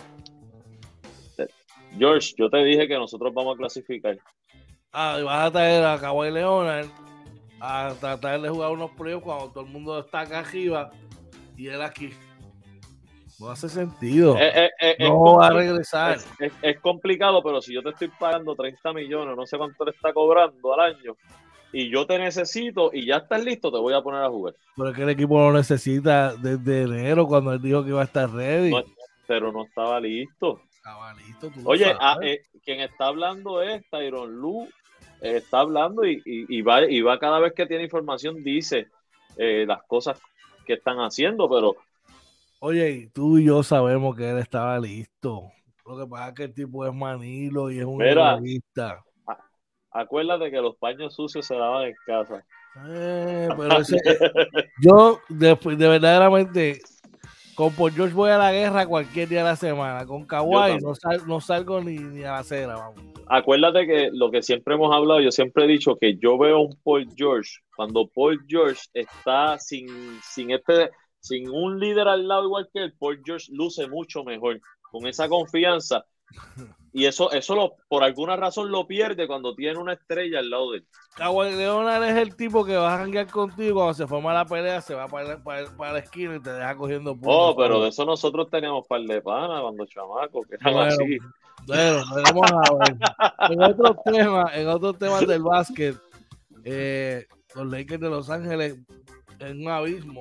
George, yo te dije que nosotros vamos a clasificar. Ah, y vas a traer a Kawhi Leonard a tratar de jugar unos playoffs cuando todo el mundo está acá arriba y él aquí. No hace sentido. Eh, eh, eh, no va a regresar. Es, es, es complicado, pero si yo te estoy pagando treinta millones, no sé cuánto le está cobrando al año, y yo te necesito y ya estás listo, te voy a poner a jugar. Pero es que el equipo lo necesita desde enero cuando él dijo que iba a estar ready. No, pero no estaba listo. Estaba listo. Tú Oye, a, eh, quien está hablando es Tyronn Lue. Eh, está hablando y, y, y, va, y va cada vez que tiene información dice eh, las cosas que están haciendo, pero oye, tú y yo sabemos que él estaba listo. Lo que pasa es que el tipo es manilo y es un egoísta. Acuérdate que los paños sucios se daban en casa. Eh, pero ese, yo de, de verdaderamente con Paul George voy a la guerra cualquier día de la semana. Con Kawhi no, sal, no salgo ni, ni a la acera, vamos. Acuérdate que lo que siempre hemos hablado, yo siempre he dicho que yo veo un Paul George, cuando Paul George está sin, sin, este, sin un líder al lado igual que él, Paul George luce mucho mejor, con esa confianza, Y eso, eso lo, por alguna razón lo pierde cuando tiene una estrella al lado de él. Kawhi Leonard es el tipo que va a janguear contigo cuando se forma la pelea, se va para, para, para la esquina y te deja cogiendo puntos. Oh, pero de eso nosotros teníamos par de panas cuando chamacos, que eran bueno, así. Bueno, veremos a ver. En otros temas, en otros temas del básquet, eh, los Lakers de Los Ángeles en un abismo.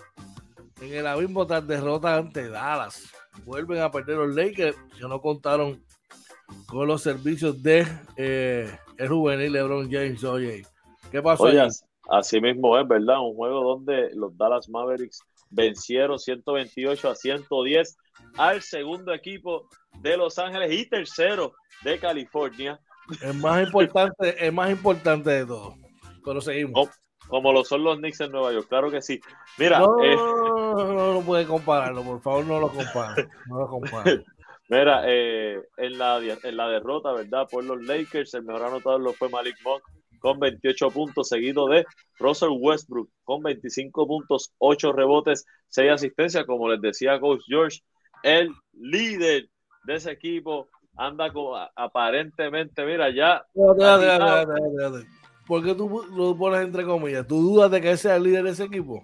En el abismo tras derrota ante Dallas. Vuelven a perder los Lakers, que no contaron con los servicios de eh, el juvenil LeBron James. Oye, ¿qué pasó? Oye, así mismo es, ¿verdad? Un juego donde los Dallas Mavericks vencieron ciento veintiocho a ciento diez al segundo equipo de Los Ángeles y tercero de California. El más importante, el más importante de todo. Pero seguimos. Como, como lo son los Knicks en Nueva York, claro que sí. Mira, no, eh, no, no, no, no puede compararlo, por favor, no lo compare. No lo compare. Mira, eh, en, la, en la derrota, ¿verdad? Por los Lakers, el mejor anotador lo fue Malik Monk con veintiocho puntos, seguido de Russell Westbrook con veinticinco puntos, ocho rebotes, seis asistencias. Como les decía Coach George, el líder de ese equipo anda con, aparentemente, mira, ya. Déjate, déjate, déjate, déjate. ¿Por qué tú lo pones entre comillas? ¿Tú dudas de que él sea el líder de ese equipo?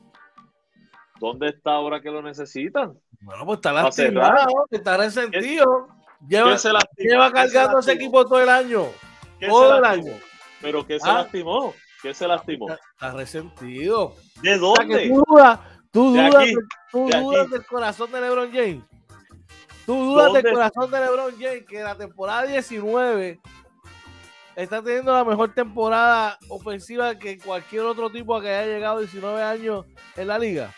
¿Dónde está ahora que lo necesitan? Bueno, pues está lastimado, está resentido. Lleva, lleva cargando ese equipo todo el año. Todo el año. ¿Pero qué se ah, lastimó? ¿Qué se lastimó? Está, está resentido. ¿De dónde? O sea, que tú dudas, tú de dudas, aquí, de, tú de dudas aquí. del corazón de LeBron James. Tú dudas ¿Dónde? del corazón de LeBron James que la temporada diecinueve está teniendo la mejor temporada ofensiva que cualquier otro tipo que haya llegado a diecinueve años en la liga.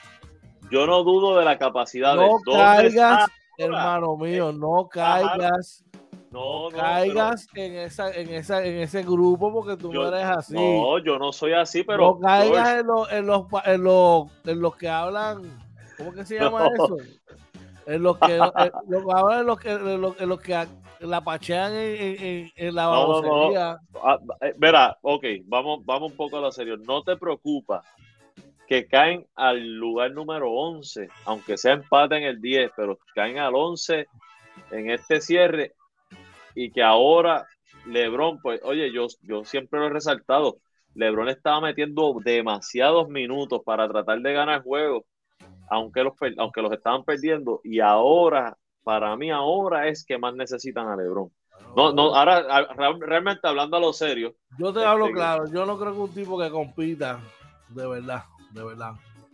Yo no dudo de la capacidad no de caigas, hermano mío, no caigas, no, no no caigas pero... en esa, en esa, en ese grupo porque tú yo, no eres así. No, yo no soy así, pero no caigas en los, en los, en los, en los que hablan, ¿cómo que se llama no. eso? En los que, en, los, hablan en los que, en los, en los que la pachean en, en, en la babosería. No, no, no. Verá, ok, vamos, vamos un poco a lo serio. No te preocupa que caen al lugar número once, aunque sea empate en el diez, pero caen al once en este cierre y que ahora LeBron, pues, oye, yo, yo siempre lo he resaltado, LeBron estaba metiendo demasiados minutos para tratar de ganar juegos, aunque los, aunque los estaban perdiendo, y ahora, para mí ahora es que más necesitan a LeBron. No, no, ahora realmente hablando a lo serio. Yo te este, hablo claro, yo no creo que un tipo que compita, de verdad, de verdad,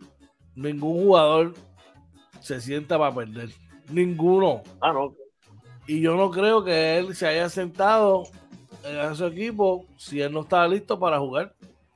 ningún jugador se sienta para perder, ninguno. Ah, no. Y yo no creo que él se haya sentado en su equipo si él no estaba listo para jugar.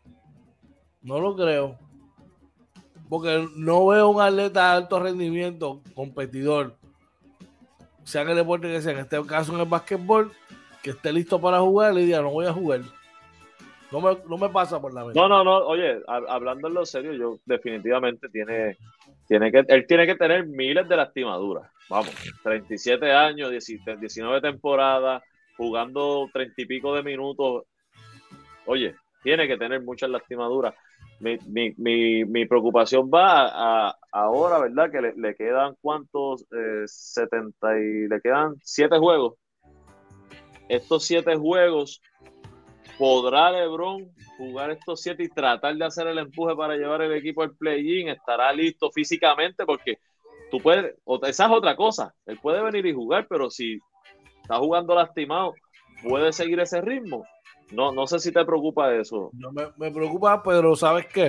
No lo creo. Porque no veo un atleta de alto rendimiento, competidor, sea en el deporte que sea, en este caso en el básquetbol, que esté listo para jugar y diga, no voy a jugar. No me, no me pasa por la mente. No, no, no, oye, hablando en lo serio, yo definitivamente tiene, tiene que, él tiene que tener miles de lastimaduras. Vamos, treinta y siete años, diecinueve temporadas, jugando treinta y pico de minutos. Oye, tiene que tener muchas lastimaduras. Mi, mi, mi, mi preocupación va a, a ahora, ¿verdad? Que le, le quedan cuántos, eh, setenta y le quedan siete juegos. Estos siete juegos, ¿podrá LeBron jugar estos siete y tratar de hacer el empuje para llevar el equipo al play-in? ¿Estará listo físicamente? Porque tú puedes, esa es otra cosa. Él puede venir y jugar, pero si está jugando lastimado, ¿puede seguir ese ritmo? No, no sé si te preocupa eso. No me, me preocupa, pero ¿sabes qué?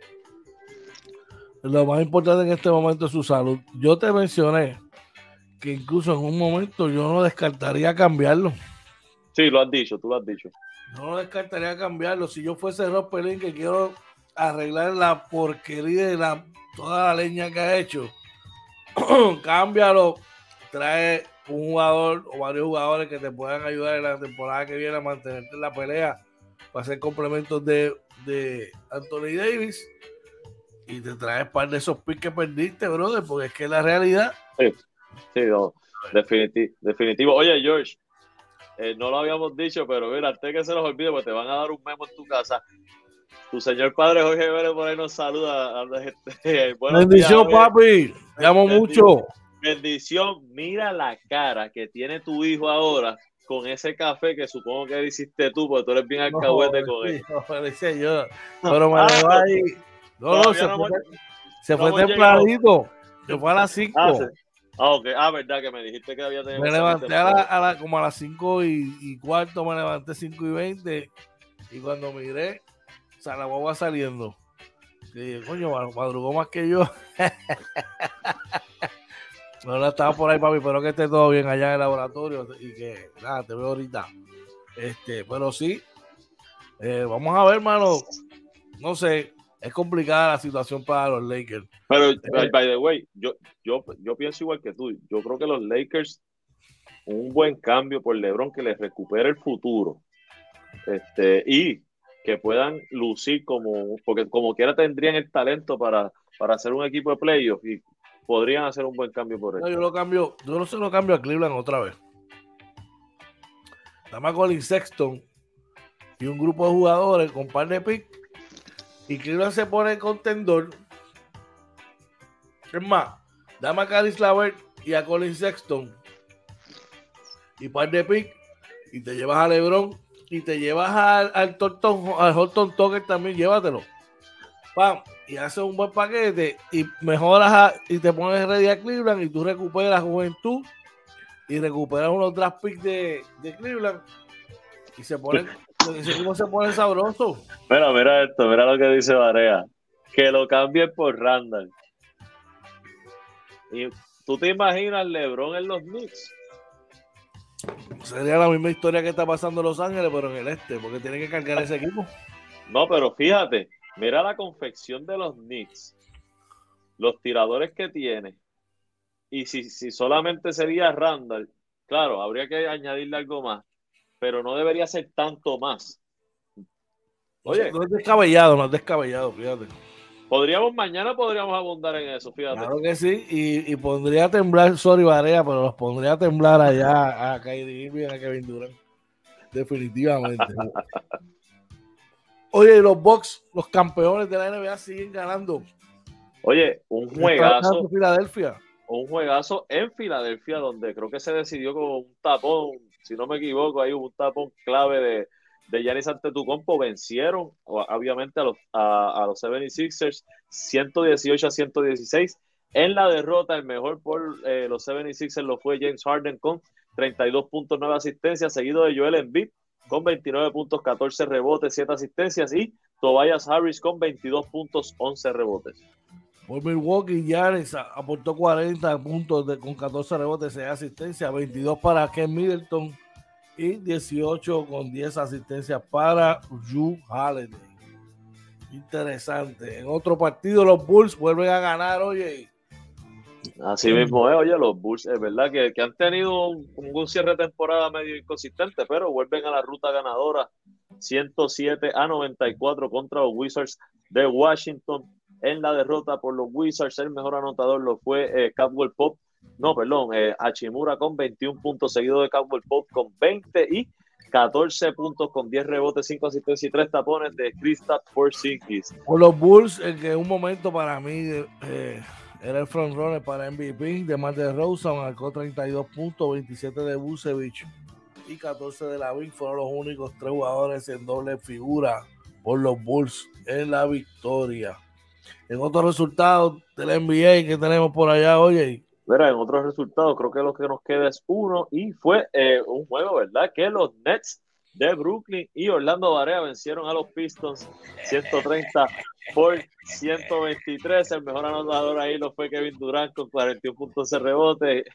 Lo más importante en este momento es su salud. Yo te mencioné que incluso en un momento yo no descartaría cambiarlo. Sí, lo has dicho, tú lo has dicho. No lo descartaría cambiarlo. Si yo fuese Rob Pelinka que quiero arreglar la porquería de la, toda la leña que ha hecho, cámbialo, trae un jugador o varios jugadores que te puedan ayudar en la temporada que viene a mantenerte en la pelea para hacer complementos de, de Anthony Davis y te traes un par de esos picks que perdiste, brother, porque es que es la realidad. Sí, sí, no, definitivo, definitivo. Oye, George, eh, no lo habíamos dicho, pero mira, antes que se los olvide, pues te van a dar un memo en tu casa. Tu señor padre Jorge Vélez por ahí nos saluda. Bendición, papi. Te amo mucho. bendición, mira la cara que tiene tu hijo ahora con ese café que supongo que hiciste tú, porque tú eres bien alcahuete no, con sí, él. No, decía yo, pero me ah, dejó ahí. No, no, se no fue, hemos, se no fue hemos tempranito. Se fue a las Ah, cinco. sí. Ah, ok. Ah, verdad que me dijiste que había tenido Me levanté a la, a la, como a las cinco y, y cuarto, me levanté cinco y veinte. Y cuando miré, o sea, la guagua saliendo. Y dije, coño, madrugó más que yo. Ahora estaba por ahí, papi, pero que esté todo bien allá en el laboratorio y que nada, te veo ahorita. Este, pero sí, eh, vamos a ver, hermano. No sé, es complicada la situación para los Lakers. Pero, eh, by the way, yo, yo, yo pienso igual que tú. Yo creo que los Lakers, un buen cambio por LeBron que les recupere el futuro. Este, y que puedan lucir como, porque como quiera tendrían el talento para, para hacer un equipo de playoffs y podrían hacer un buen cambio por él. No, yo lo cambio, yo no se lo cambio a Cleveland otra vez. Dame a Colin Sexton y un grupo de jugadores con par de pick y Cleveland se pone contendor. Es más, dame a Caris LeVert y a Colin Sexton y par de pick y te llevas a LeBron y te llevas al, al Torton, al Horton Tucker también, llévatelo. Pam, y haces un buen paquete y mejoras a, y te pones ready a Cleveland y tú recuperas juventud y recuperas unos draft picks de, de Cleveland y se ponen, ese equipo se pone sabroso. Mira, mira esto, mira lo que dice Barea, que lo cambien por Randall. Y tú te imaginas LeBron en los Knicks. Sería la misma historia que está pasando en Los Ángeles, pero en el este, porque tienen que cargar ese equipo. No, pero fíjate, mira la confección de los Knicks, los tiradores que tiene, y si, si solamente sería Randall, claro, habría que añadirle algo más, pero no debería ser tanto más. Oye, no es descabellado, no es descabellado, fíjate. Podríamos, mañana podríamos abundar en eso, fíjate. Claro que sí, y, y pondría a temblar, sorry Barea, pero los pondría a temblar allá a Kyrie Irving, a Kevin Durant. Definitivamente. Oye, los Bucks, los campeones de la N B A siguen ganando. Oye, un juegazo. Filadelfia. Un juegazo en Filadelfia, donde creo que se decidió con un tapón, si no me equivoco, hay un tapón clave de de Giannis Antetokounmpo. Vencieron obviamente a los, a, a los setenta y seis ers ciento dieciocho a ciento dieciséis. En la derrota, el mejor por eh, los setenta y seis ers lo fue James Harden con treinta y dos puntos, nueve asistencias, seguido de Joel Embiid con veintinueve puntos, catorce rebotes, siete asistencias, y Tobias Harris con veintidós puntos, once rebotes. Por Milwaukee, Giannis aportó cuarenta puntos de, con catorce rebotes, seis asistencias, veintidós para Ken Middleton y dieciocho con diez asistencias para Jrue Holiday. Interesante. En otro partido, los Bulls vuelven a ganar, oye. Así mismo es, oye, los Bulls, es verdad que, que han tenido un, un cierre de temporada medio inconsistente, pero vuelven a la ruta ganadora, ciento siete a noventa y cuatro contra los Wizards de Washington. En la derrota por los Wizards, el mejor anotador lo fue eh, Caldwell Pope, no, perdón, eh, Hachimura con veintiún puntos, seguido de Caldwell Pope con veinte y catorce puntos con diez rebotes, cinco asistencias y tres tapones de Kristaps Porzingis. Por los Bulls, en que en un momento para mí eh, era el frontrunner para M V P, de Mar de Rosa, marcó treinta y dos puntos, veintisiete de Vucevic y catorce de Lavin. Fueron los únicos tres jugadores en doble figura por los Bulls en la victoria. En otros resultados del N B A que tenemos por allá, oye. Mira, en otros resultados, creo que lo que nos queda es uno, y fue eh, un juego, ¿verdad? Que los Nets de Brooklyn y Orlando Barea vencieron a los Pistons ciento treinta por ciento veintitrés. El mejor anotador ahí lo fue Kevin Durant con cuarenta y uno puntos de rebote.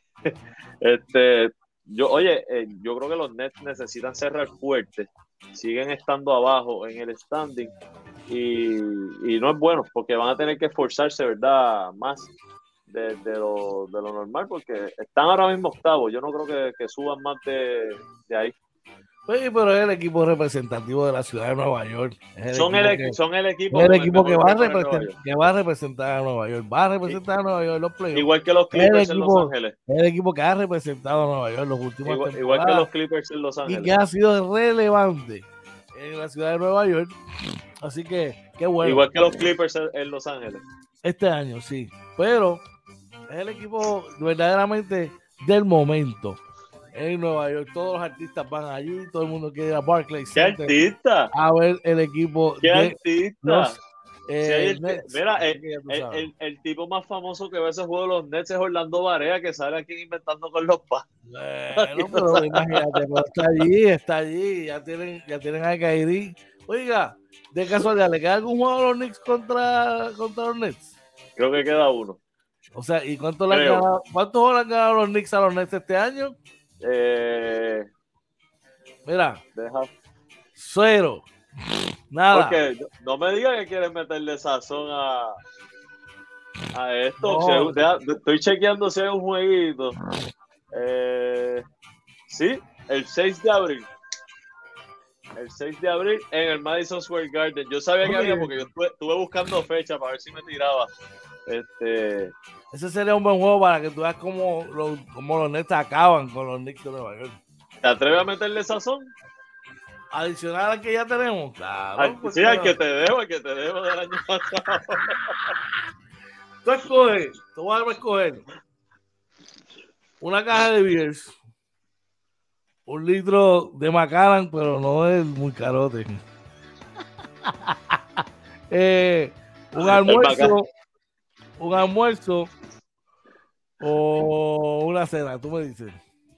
este, yo, oye, eh, yo creo que los Nets necesitan cerrar fuerte. Siguen estando abajo en el standing y, y no es bueno porque van a tener que esforzarse, ¿verdad? Más de, de, lo, de lo normal, porque están ahora mismo octavos. Yo no creo que, que suban más de, de ahí. Sí, pero es el equipo representativo de la ciudad de Nueva York. El son, el, que, son el equipo, el equipo que, va a representar, que va a representar a Nueva York. Va a representar a Nueva York en los playoffs. Igual que los Clippers en Los Ángeles. Es el equipo que ha representado a Nueva York en los últimos igual, igual que los Clippers en Los Ángeles. Y que ha sido relevante en la ciudad de Nueva York. Así que, qué bueno. Igual que los Clippers en Los Ángeles. Este año, sí. Pero Es el equipo verdaderamente del momento. En Nueva York, todos los artistas van allí, todo el mundo quiere ir a Barclays ¿Qué Center artista? a ver el equipo ¿Qué de artista? los eh, sí, el, Nets. Mira, el, el, el, el tipo más famoso que ve ese juego de los Nets es Orlando Barea, que sale aquí inventando con los padres. Bueno, pero imagínate, pero está allí, está allí, ya tienen, ya tienen a Kyrie. Oiga, de casualidad, ¿le queda algún juego a los Knicks contra, contra los Nets? Creo que queda uno. O sea, ¿y cuánto le han ganado, cuántos juegos le han ganado los Knicks a los Nets este año? Eh, Mira, deja. Cero. Nada. Porque no me digas que quieres meterle sazón a, a esto. No. Si hay, deja, estoy chequeando si hay un jueguito. Eh, sí, el seis de abril. El seis de abril en el Madison Square Garden. Yo sabía que había porque yo estuve, estuve buscando fecha para ver si me tiraba. Este... Ese sería un buen juego para que tú veas cómo los, cómo los Nets acaban con los Knicks de Nueva York. ¿Te atreves a meterle sazón? Adicional al que ya tenemos. Claro. Al, sí, al que te debo, al que te debo del año pasado. Tú escoges, tú vas a escoger una caja de beers, un litro de Macallan, pero no es muy carote. eh, un almuerzo, un almuerzo o una cena, tú me dices.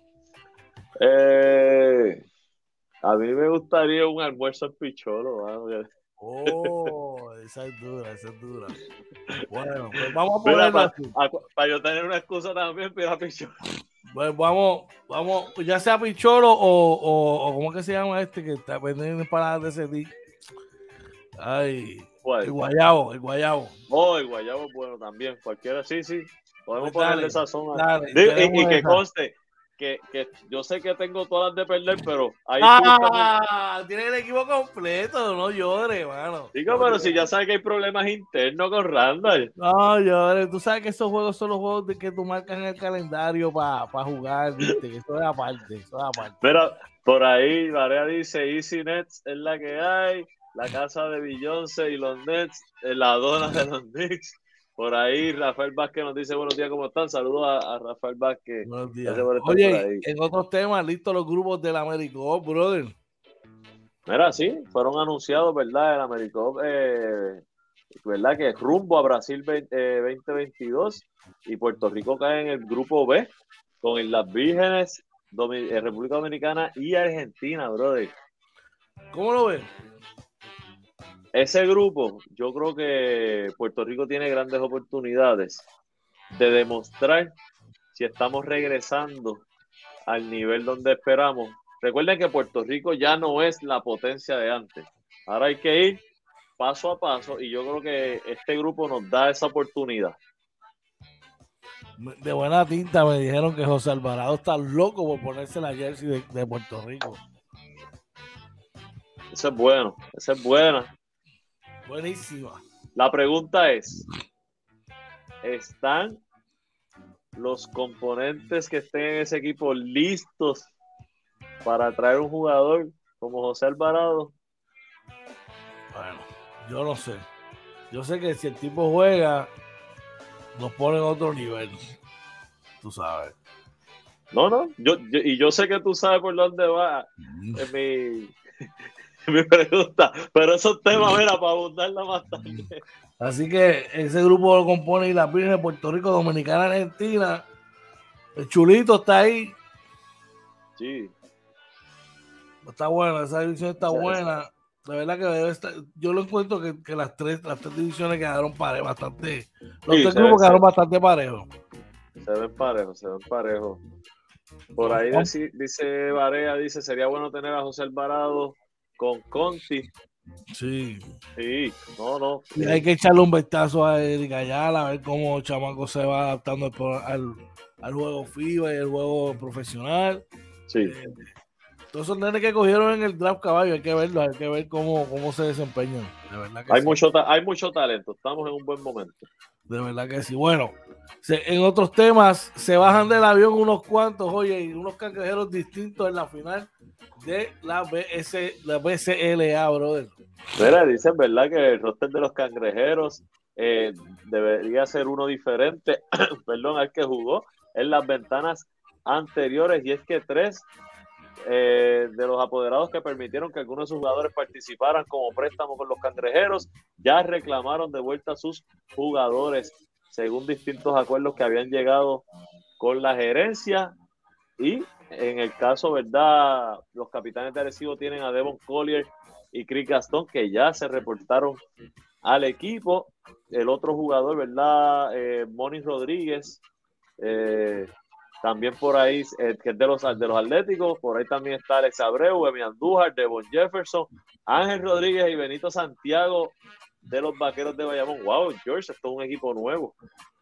Eh, a mí me gustaría un almuerzo en Picholo. ¿Vale? Oh, esa es dura, esa es dura. Bueno, pues vamos a ponerlo para, así. Para yo tener una excusa también, pero a Picholo. Pues vamos, vamos, ya sea Picholo o, o, o ¿cómo que se llama este que está vendiendo empanadas de ese día? Ay, ¿cuál? El guayabo, el guayabo. Oh, el guayabo es bueno también, cualquiera, sí, sí. Podemos pues ponerle sazón. Dale, y, y que conste que, que yo sé que tengo todas de perder, pero ahí ah, tú tienes el equipo completo, no llores, mano. Digo, pero si ya sabes que hay problemas internos con Randall. No llores, tú sabes que esos juegos son los juegos de que tú marcas en el calendario para pa jugar, viste, que eso es aparte, eso es aparte. Mira, por ahí Varea dice, Easy Nets es la que hay, la casa de Beyoncé y los Nets, la dona de los Knicks. Por ahí Rafael Vázquez nos dice buenos días, ¿cómo están? Saludos a, a Rafael Vázquez. Buenos días. Oye, en otros temas, listos los grupos del AmeriCup, brother. Mira, sí, fueron anunciados, ¿verdad? El AmeriCup, eh, ¿verdad? Que rumbo a Brasil veinte, eh, veinte veintidós y Puerto Rico cae en el grupo B con Islas Vírgenes, Domin- eh, República Dominicana y Argentina, brother. ¿Cómo lo ves? Ese grupo, yo creo que Puerto Rico tiene grandes oportunidades de demostrar si estamos regresando al nivel donde esperamos. Recuerden que Puerto Rico ya no es la potencia de antes. Ahora hay que ir paso a paso y yo creo que este grupo nos da esa oportunidad. De buena tinta me dijeron que José Alvarado está loco por ponerse la jersey de, de Puerto Rico. Eso es bueno, eso es buena. Buenísima. La pregunta es, ¿están los componentes que estén en ese equipo listos para traer un jugador como José Alvarado? Bueno, yo no sé. Yo sé que si el tipo juega, nos pone en otro nivel. Tú sabes. No, no. Yo, yo, y yo sé que tú sabes por dónde va en mi, en mi pregunta. Pero esos temas, mira, para abundarla más tarde. Así que ese grupo lo compone Islas Vírgenes, Puerto Rico, Dominicana, Argentina. El chulito está ahí. Sí. Está bueno, esa división está sí, buena. De verdad que debe estar, yo lo encuentro que, que las tres las tres divisiones quedaron parejos, bastante. Los sí, tres grupos quedaron se, bastante parejos. Se ven parejos, se ven parejos. Por ahí dice, dice Barea, dice, sería bueno tener a José Alvarado con Conti. Sí. Sí, no, no. Y hay que echarle un vistazo a Eric Ayala, a ver cómo Chamaco se va adaptando al, al, al juego FIBA y el juego profesional. Sí. Eh, todos esos nenes que cogieron en el draft caballo, hay que verlo, hay que ver cómo, cómo se desempeñan. De verdad que hay, sí. mucho, hay mucho talento, estamos en un buen momento. De verdad que sí. Bueno, se, en otros temas, se bajan del avión unos cuantos, oye, y unos cangrejeros distintos en la final de la B S, la B C L A, brother. Mira, dicen, ¿verdad? Que el roster de los cangrejeros eh, debería ser uno diferente, perdón, al que jugó en las ventanas anteriores, y es que tres eh, de los apoderados que permitieron que algunos de sus jugadores participaran como préstamo con los Cangrejeros ya reclamaron de vuelta a sus jugadores según distintos acuerdos que habían llegado con la gerencia. Y en el caso, ¿verdad? Los Capitanes de Arecibo tienen a Devon Collier y Chris Gastón, que ya se reportaron al equipo. El otro jugador, ¿verdad? Eh, Moni Rodríguez, eh, también por ahí, eh, que es de los, de los Atléticos. Por ahí también está Alex Abreu, Emi Andújar, Devon Jefferson, Ángel Rodríguez y Benito Santiago de los Vaqueros de Bayamón. Wow, George, esto es un equipo nuevo.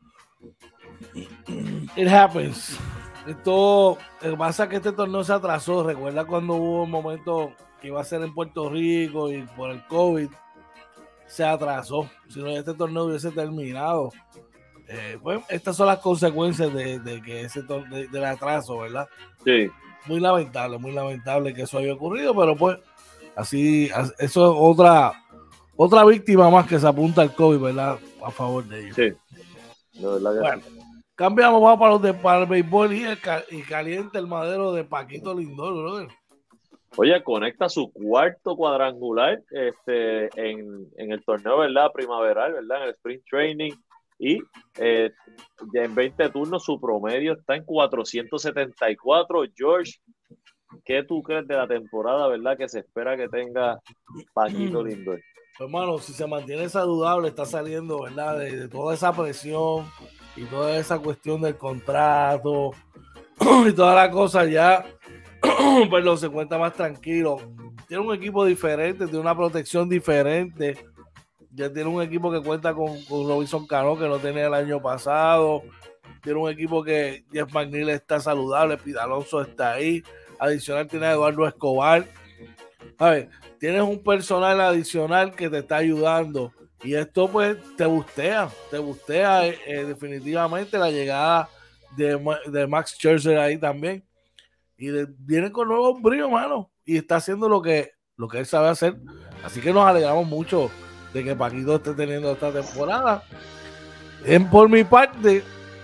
It happens. Esto, lo que pasa es que este torneo se atrasó. Recuerda cuando hubo un momento que iba a ser en Puerto Rico y por el COVID se atrasó. Si no, este torneo hubiese terminado. Eh, pues estas son las consecuencias de, de que ese de, del atraso, ¿verdad? Sí. Muy lamentable, muy lamentable que eso haya ocurrido, pero pues así, eso es otra otra víctima más que se apunta al COVID, ¿verdad? A favor de ellos. Sí. No, la bueno, cambiamos, vamos para los de para el béisbol y, el, y caliente el madero de Paquito Lindor, brother. Oye, conecta su cuarto cuadrangular este, en, en el torneo, ¿verdad? Primaveral, ¿verdad? En el Spring Training. Y eh, ya en veinte turnos su promedio está en cuatrocientos setenta y cuatro. George, ¿qué tú crees de la temporada, verdad, que se espera que tenga Paquito Lindor? Hermano, si se mantiene saludable, está saliendo, ¿verdad? De, de toda esa presión y toda esa cuestión del contrato y toda la cosa, ya perdón, se encuentra más tranquilo. Tiene un equipo diferente, tiene una protección diferente. Ya tiene un equipo que cuenta con, con Robinson Cano, que no tenía el año pasado. Tiene un equipo que Jeff McNeil está saludable, Pete Alonso está ahí. Adicional tiene a Eduardo Escobar. A ver, tienes un personal adicional que te está ayudando. Y esto pues te bustea, te bustea eh, eh, definitivamente la llegada de, de Max Scherzer ahí también. Y de, viene con nuevos bríos, mano. Y está haciendo lo que, lo que él sabe hacer. Así que nos alegramos mucho de que Paquito esté teniendo esta temporada. En, por mi parte,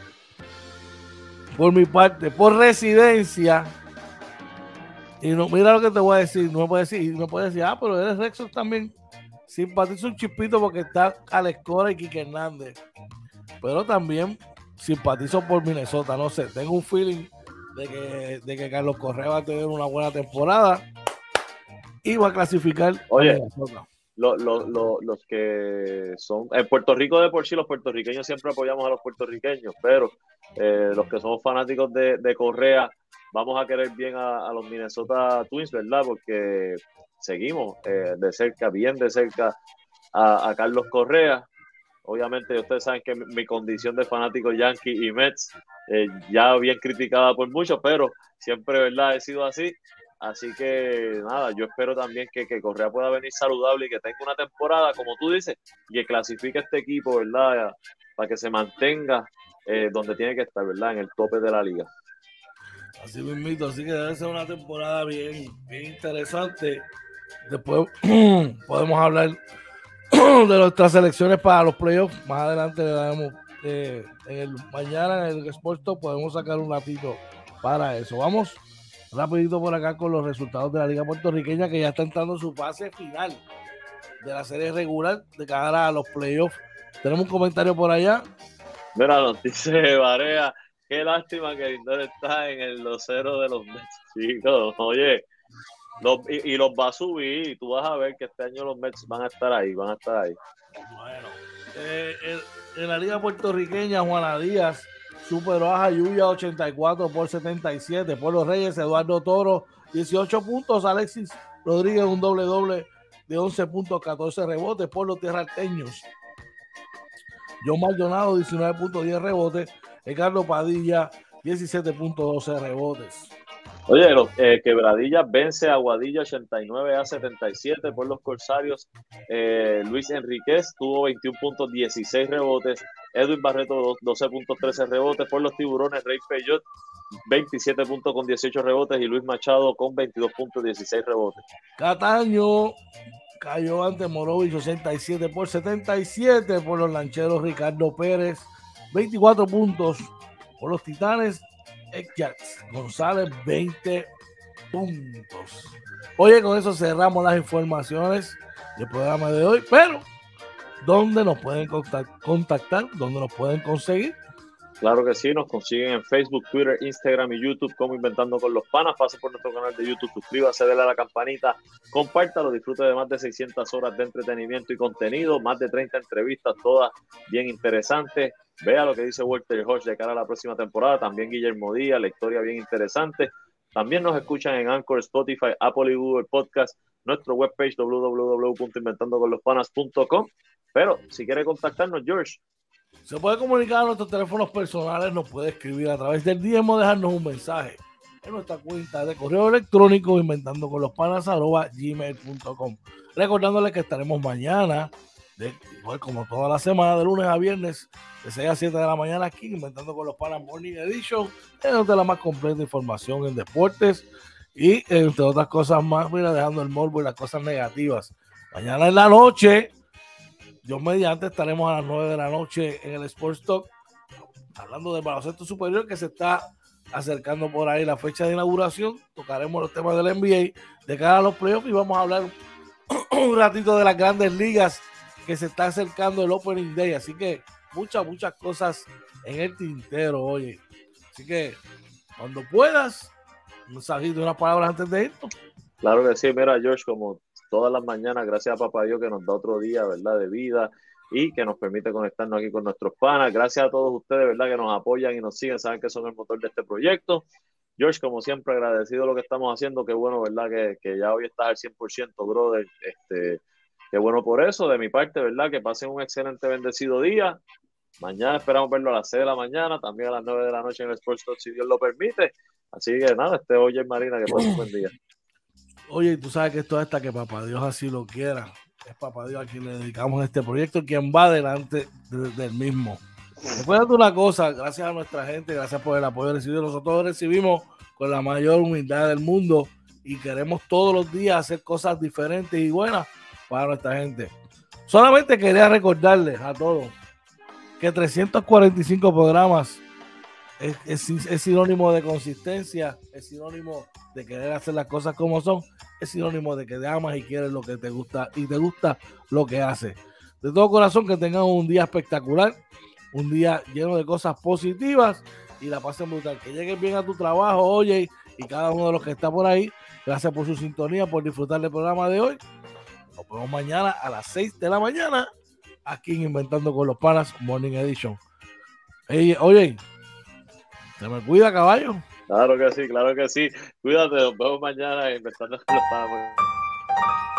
por mi parte, por residencia, y no, mira lo que te voy a decir, no me puedes decir, no puedes decir, ah, pero eres Rexos también. Simpatizo un chispito porque está Alex Cora y Quique Hernández. Pero también simpatizo por Minnesota, no sé, tengo un feeling de que, de que Carlos Correa va a tener una buena temporada y va a clasificar. Oye, a Minnesota. Lo, lo, lo, los que son en Puerto Rico de por sí, los puertorriqueños siempre apoyamos a los puertorriqueños, pero eh, los que somos fanáticos de, de Correa vamos a querer bien a, a los Minnesota Twins, ¿verdad? Porque seguimos eh, de cerca, bien de cerca a, a Carlos Correa. Obviamente ustedes saben que mi, mi condición de fanático Yankee y Mets eh, ya bien criticada por muchos, pero siempre, ¿verdad? He sido así. Así que nada, yo espero también que, que Correa pueda venir saludable y que tenga una temporada, como tú dices, y que clasifique este equipo, ¿verdad? Para que se mantenga eh, donde tiene que estar, ¿verdad? En el tope de la liga. Así mismito, así que debe ser una temporada bien, bien interesante. Después podemos hablar de nuestras selecciones para los playoffs. Más adelante le daremos eh, en el mañana en el Sports Talk podemos sacar un ratito para eso. Vamos rapidito por acá con los resultados de la Liga Puertorriqueña, que ya está entrando en su fase final de la serie regular de cara a los playoffs. Tenemos un comentario por allá. Mira, nos dice Barea, qué lástima que Lindor está en el locero de los Mets, chicos. Oye, los, y, y los va a subir, y tú vas a ver que este año los Mets van a estar ahí, van a estar ahí. Bueno, eh, en, en la Liga Puertorriqueña, Juana Díaz superó a Jayuya ochenta y cuatro por setenta y siete. Por los Reyes, Eduardo Toro, dieciocho puntos. Alexis Rodríguez, un doble doble de once puntos, catorce rebotes. Por los tierralteños, John Maldonado, diecinueve puntos, diez rebotes. Ricardo Padilla, diecisiete puntos, doce rebotes. Oye, los, eh, Quebradilla vence a Aguadilla ochenta y nueve a setenta y siete por los Corsarios. Eh, Luis Enríquez tuvo veintiún puntos, dieciséis rebotes. Edwin Barreto, doce puntos, trece rebotes. Por los Tiburones, Rey Peyot, veintisiete puntos con dieciocho rebotes. Y Luis Machado con veintidós puntos, dieciséis rebotes. Cataño cayó ante Morovis ochenta y siete por setenta y siete. Por los Lancheros, Ricardo Pérez veinticuatro puntos. Por los Titanes, Jets González veinte puntos. Oye, con eso cerramos las informaciones del programa de hoy, pero ¿dónde nos pueden contactar? ¿Dónde nos pueden conseguir? Claro que sí, nos consiguen en Facebook, Twitter, Instagram y YouTube como Inventando con los Panas. Pase por nuestro canal de YouTube, suscríbase, dele a la campanita, compártalo, disfrute de más de seiscientas horas de entretenimiento y contenido, más de treinta entrevistas, todas bien interesantes. Vea lo que dice Walter Hodge de cara a la próxima temporada, también Guillermo Díaz, la historia bien interesante. También nos escuchan en Anchor, Spotify, Apple y Google Podcast, nuestro webpage doble u doble u doble u punto inventando con los panas punto com. Pero si quiere contactarnos, George, se puede comunicar a nuestros teléfonos personales, nos puede escribir a través del D M o dejarnos un mensaje en nuestra cuenta de correo electrónico inventando con los panas arroba gmail punto com. Recordándoles que estaremos mañana, de, igual como toda la semana, de lunes a viernes, de seis a siete de la mañana aquí, Inventando con los Panas Morning Edition, es donde la más completa información en deportes y entre otras cosas más, mira, dejando el morbo y las cosas negativas. Mañana en la noche, Dios mediante, estaremos a las nueve de la noche en el Sports Talk, hablando del baloncesto superior que se está acercando por ahí la fecha de inauguración. Tocaremos los temas del N B A de cara a los playoffs y vamos a hablar un ratito de las grandes ligas que se está acercando el Opening Day. Así que muchas, muchas cosas en el tintero, oye. Así que cuando puedas, un mensajito, unas palabras antes de esto. Claro que sí, mira, George, como todas las mañanas, gracias a Papá Dios que nos da otro día, ¿verdad?, de vida y que nos permite conectarnos aquí con nuestros panas. Gracias a todos ustedes, ¿verdad?, que nos apoyan y nos siguen, saben que son el motor de este proyecto. George, como siempre, agradecido de lo que estamos haciendo. Qué bueno, ¿verdad?, que, que ya hoy estás al cien por ciento, brother. Este, qué bueno por eso. De mi parte, ¿verdad?, que pasen un excelente, bendecido día. Mañana esperamos verlo a las seis de la mañana, también a las nueve de la noche en el Sports Talk, si Dios lo permite. Así que nada, este Oye Marina, que pase un buen día. Oye, tú sabes que esto es hasta que Papá Dios así lo quiera. Es Papá Dios a quien le dedicamos este proyecto, quien va delante de, del mismo. Recuerda una cosa, gracias a nuestra gente, gracias por el apoyo recibido. Nosotros recibimos con la mayor humildad del mundo y queremos todos los días hacer cosas diferentes y buenas para nuestra gente. Solamente quería recordarles a todos que trescientos cuarenta y cinco programas es, es, es sinónimo de consistencia, es sinónimo de querer hacer las cosas como son, es sinónimo de que te amas y quieres lo que te gusta y te gusta lo que haces. De todo corazón, que tengan un día espectacular, un día lleno de cosas positivas y la pasen brutal. Que lleguen bien a tu trabajo, oye, y cada uno de los que está por ahí. Gracias por su sintonía, por disfrutar del programa de hoy. Nos vemos mañana a las seis de la mañana aquí en Inventando con los Panas Morning Edition. Hey, oye, ¿se me cuida, caballo? Claro que sí, claro que sí. Cuídate, nos vemos mañana en Inventando con los Panas.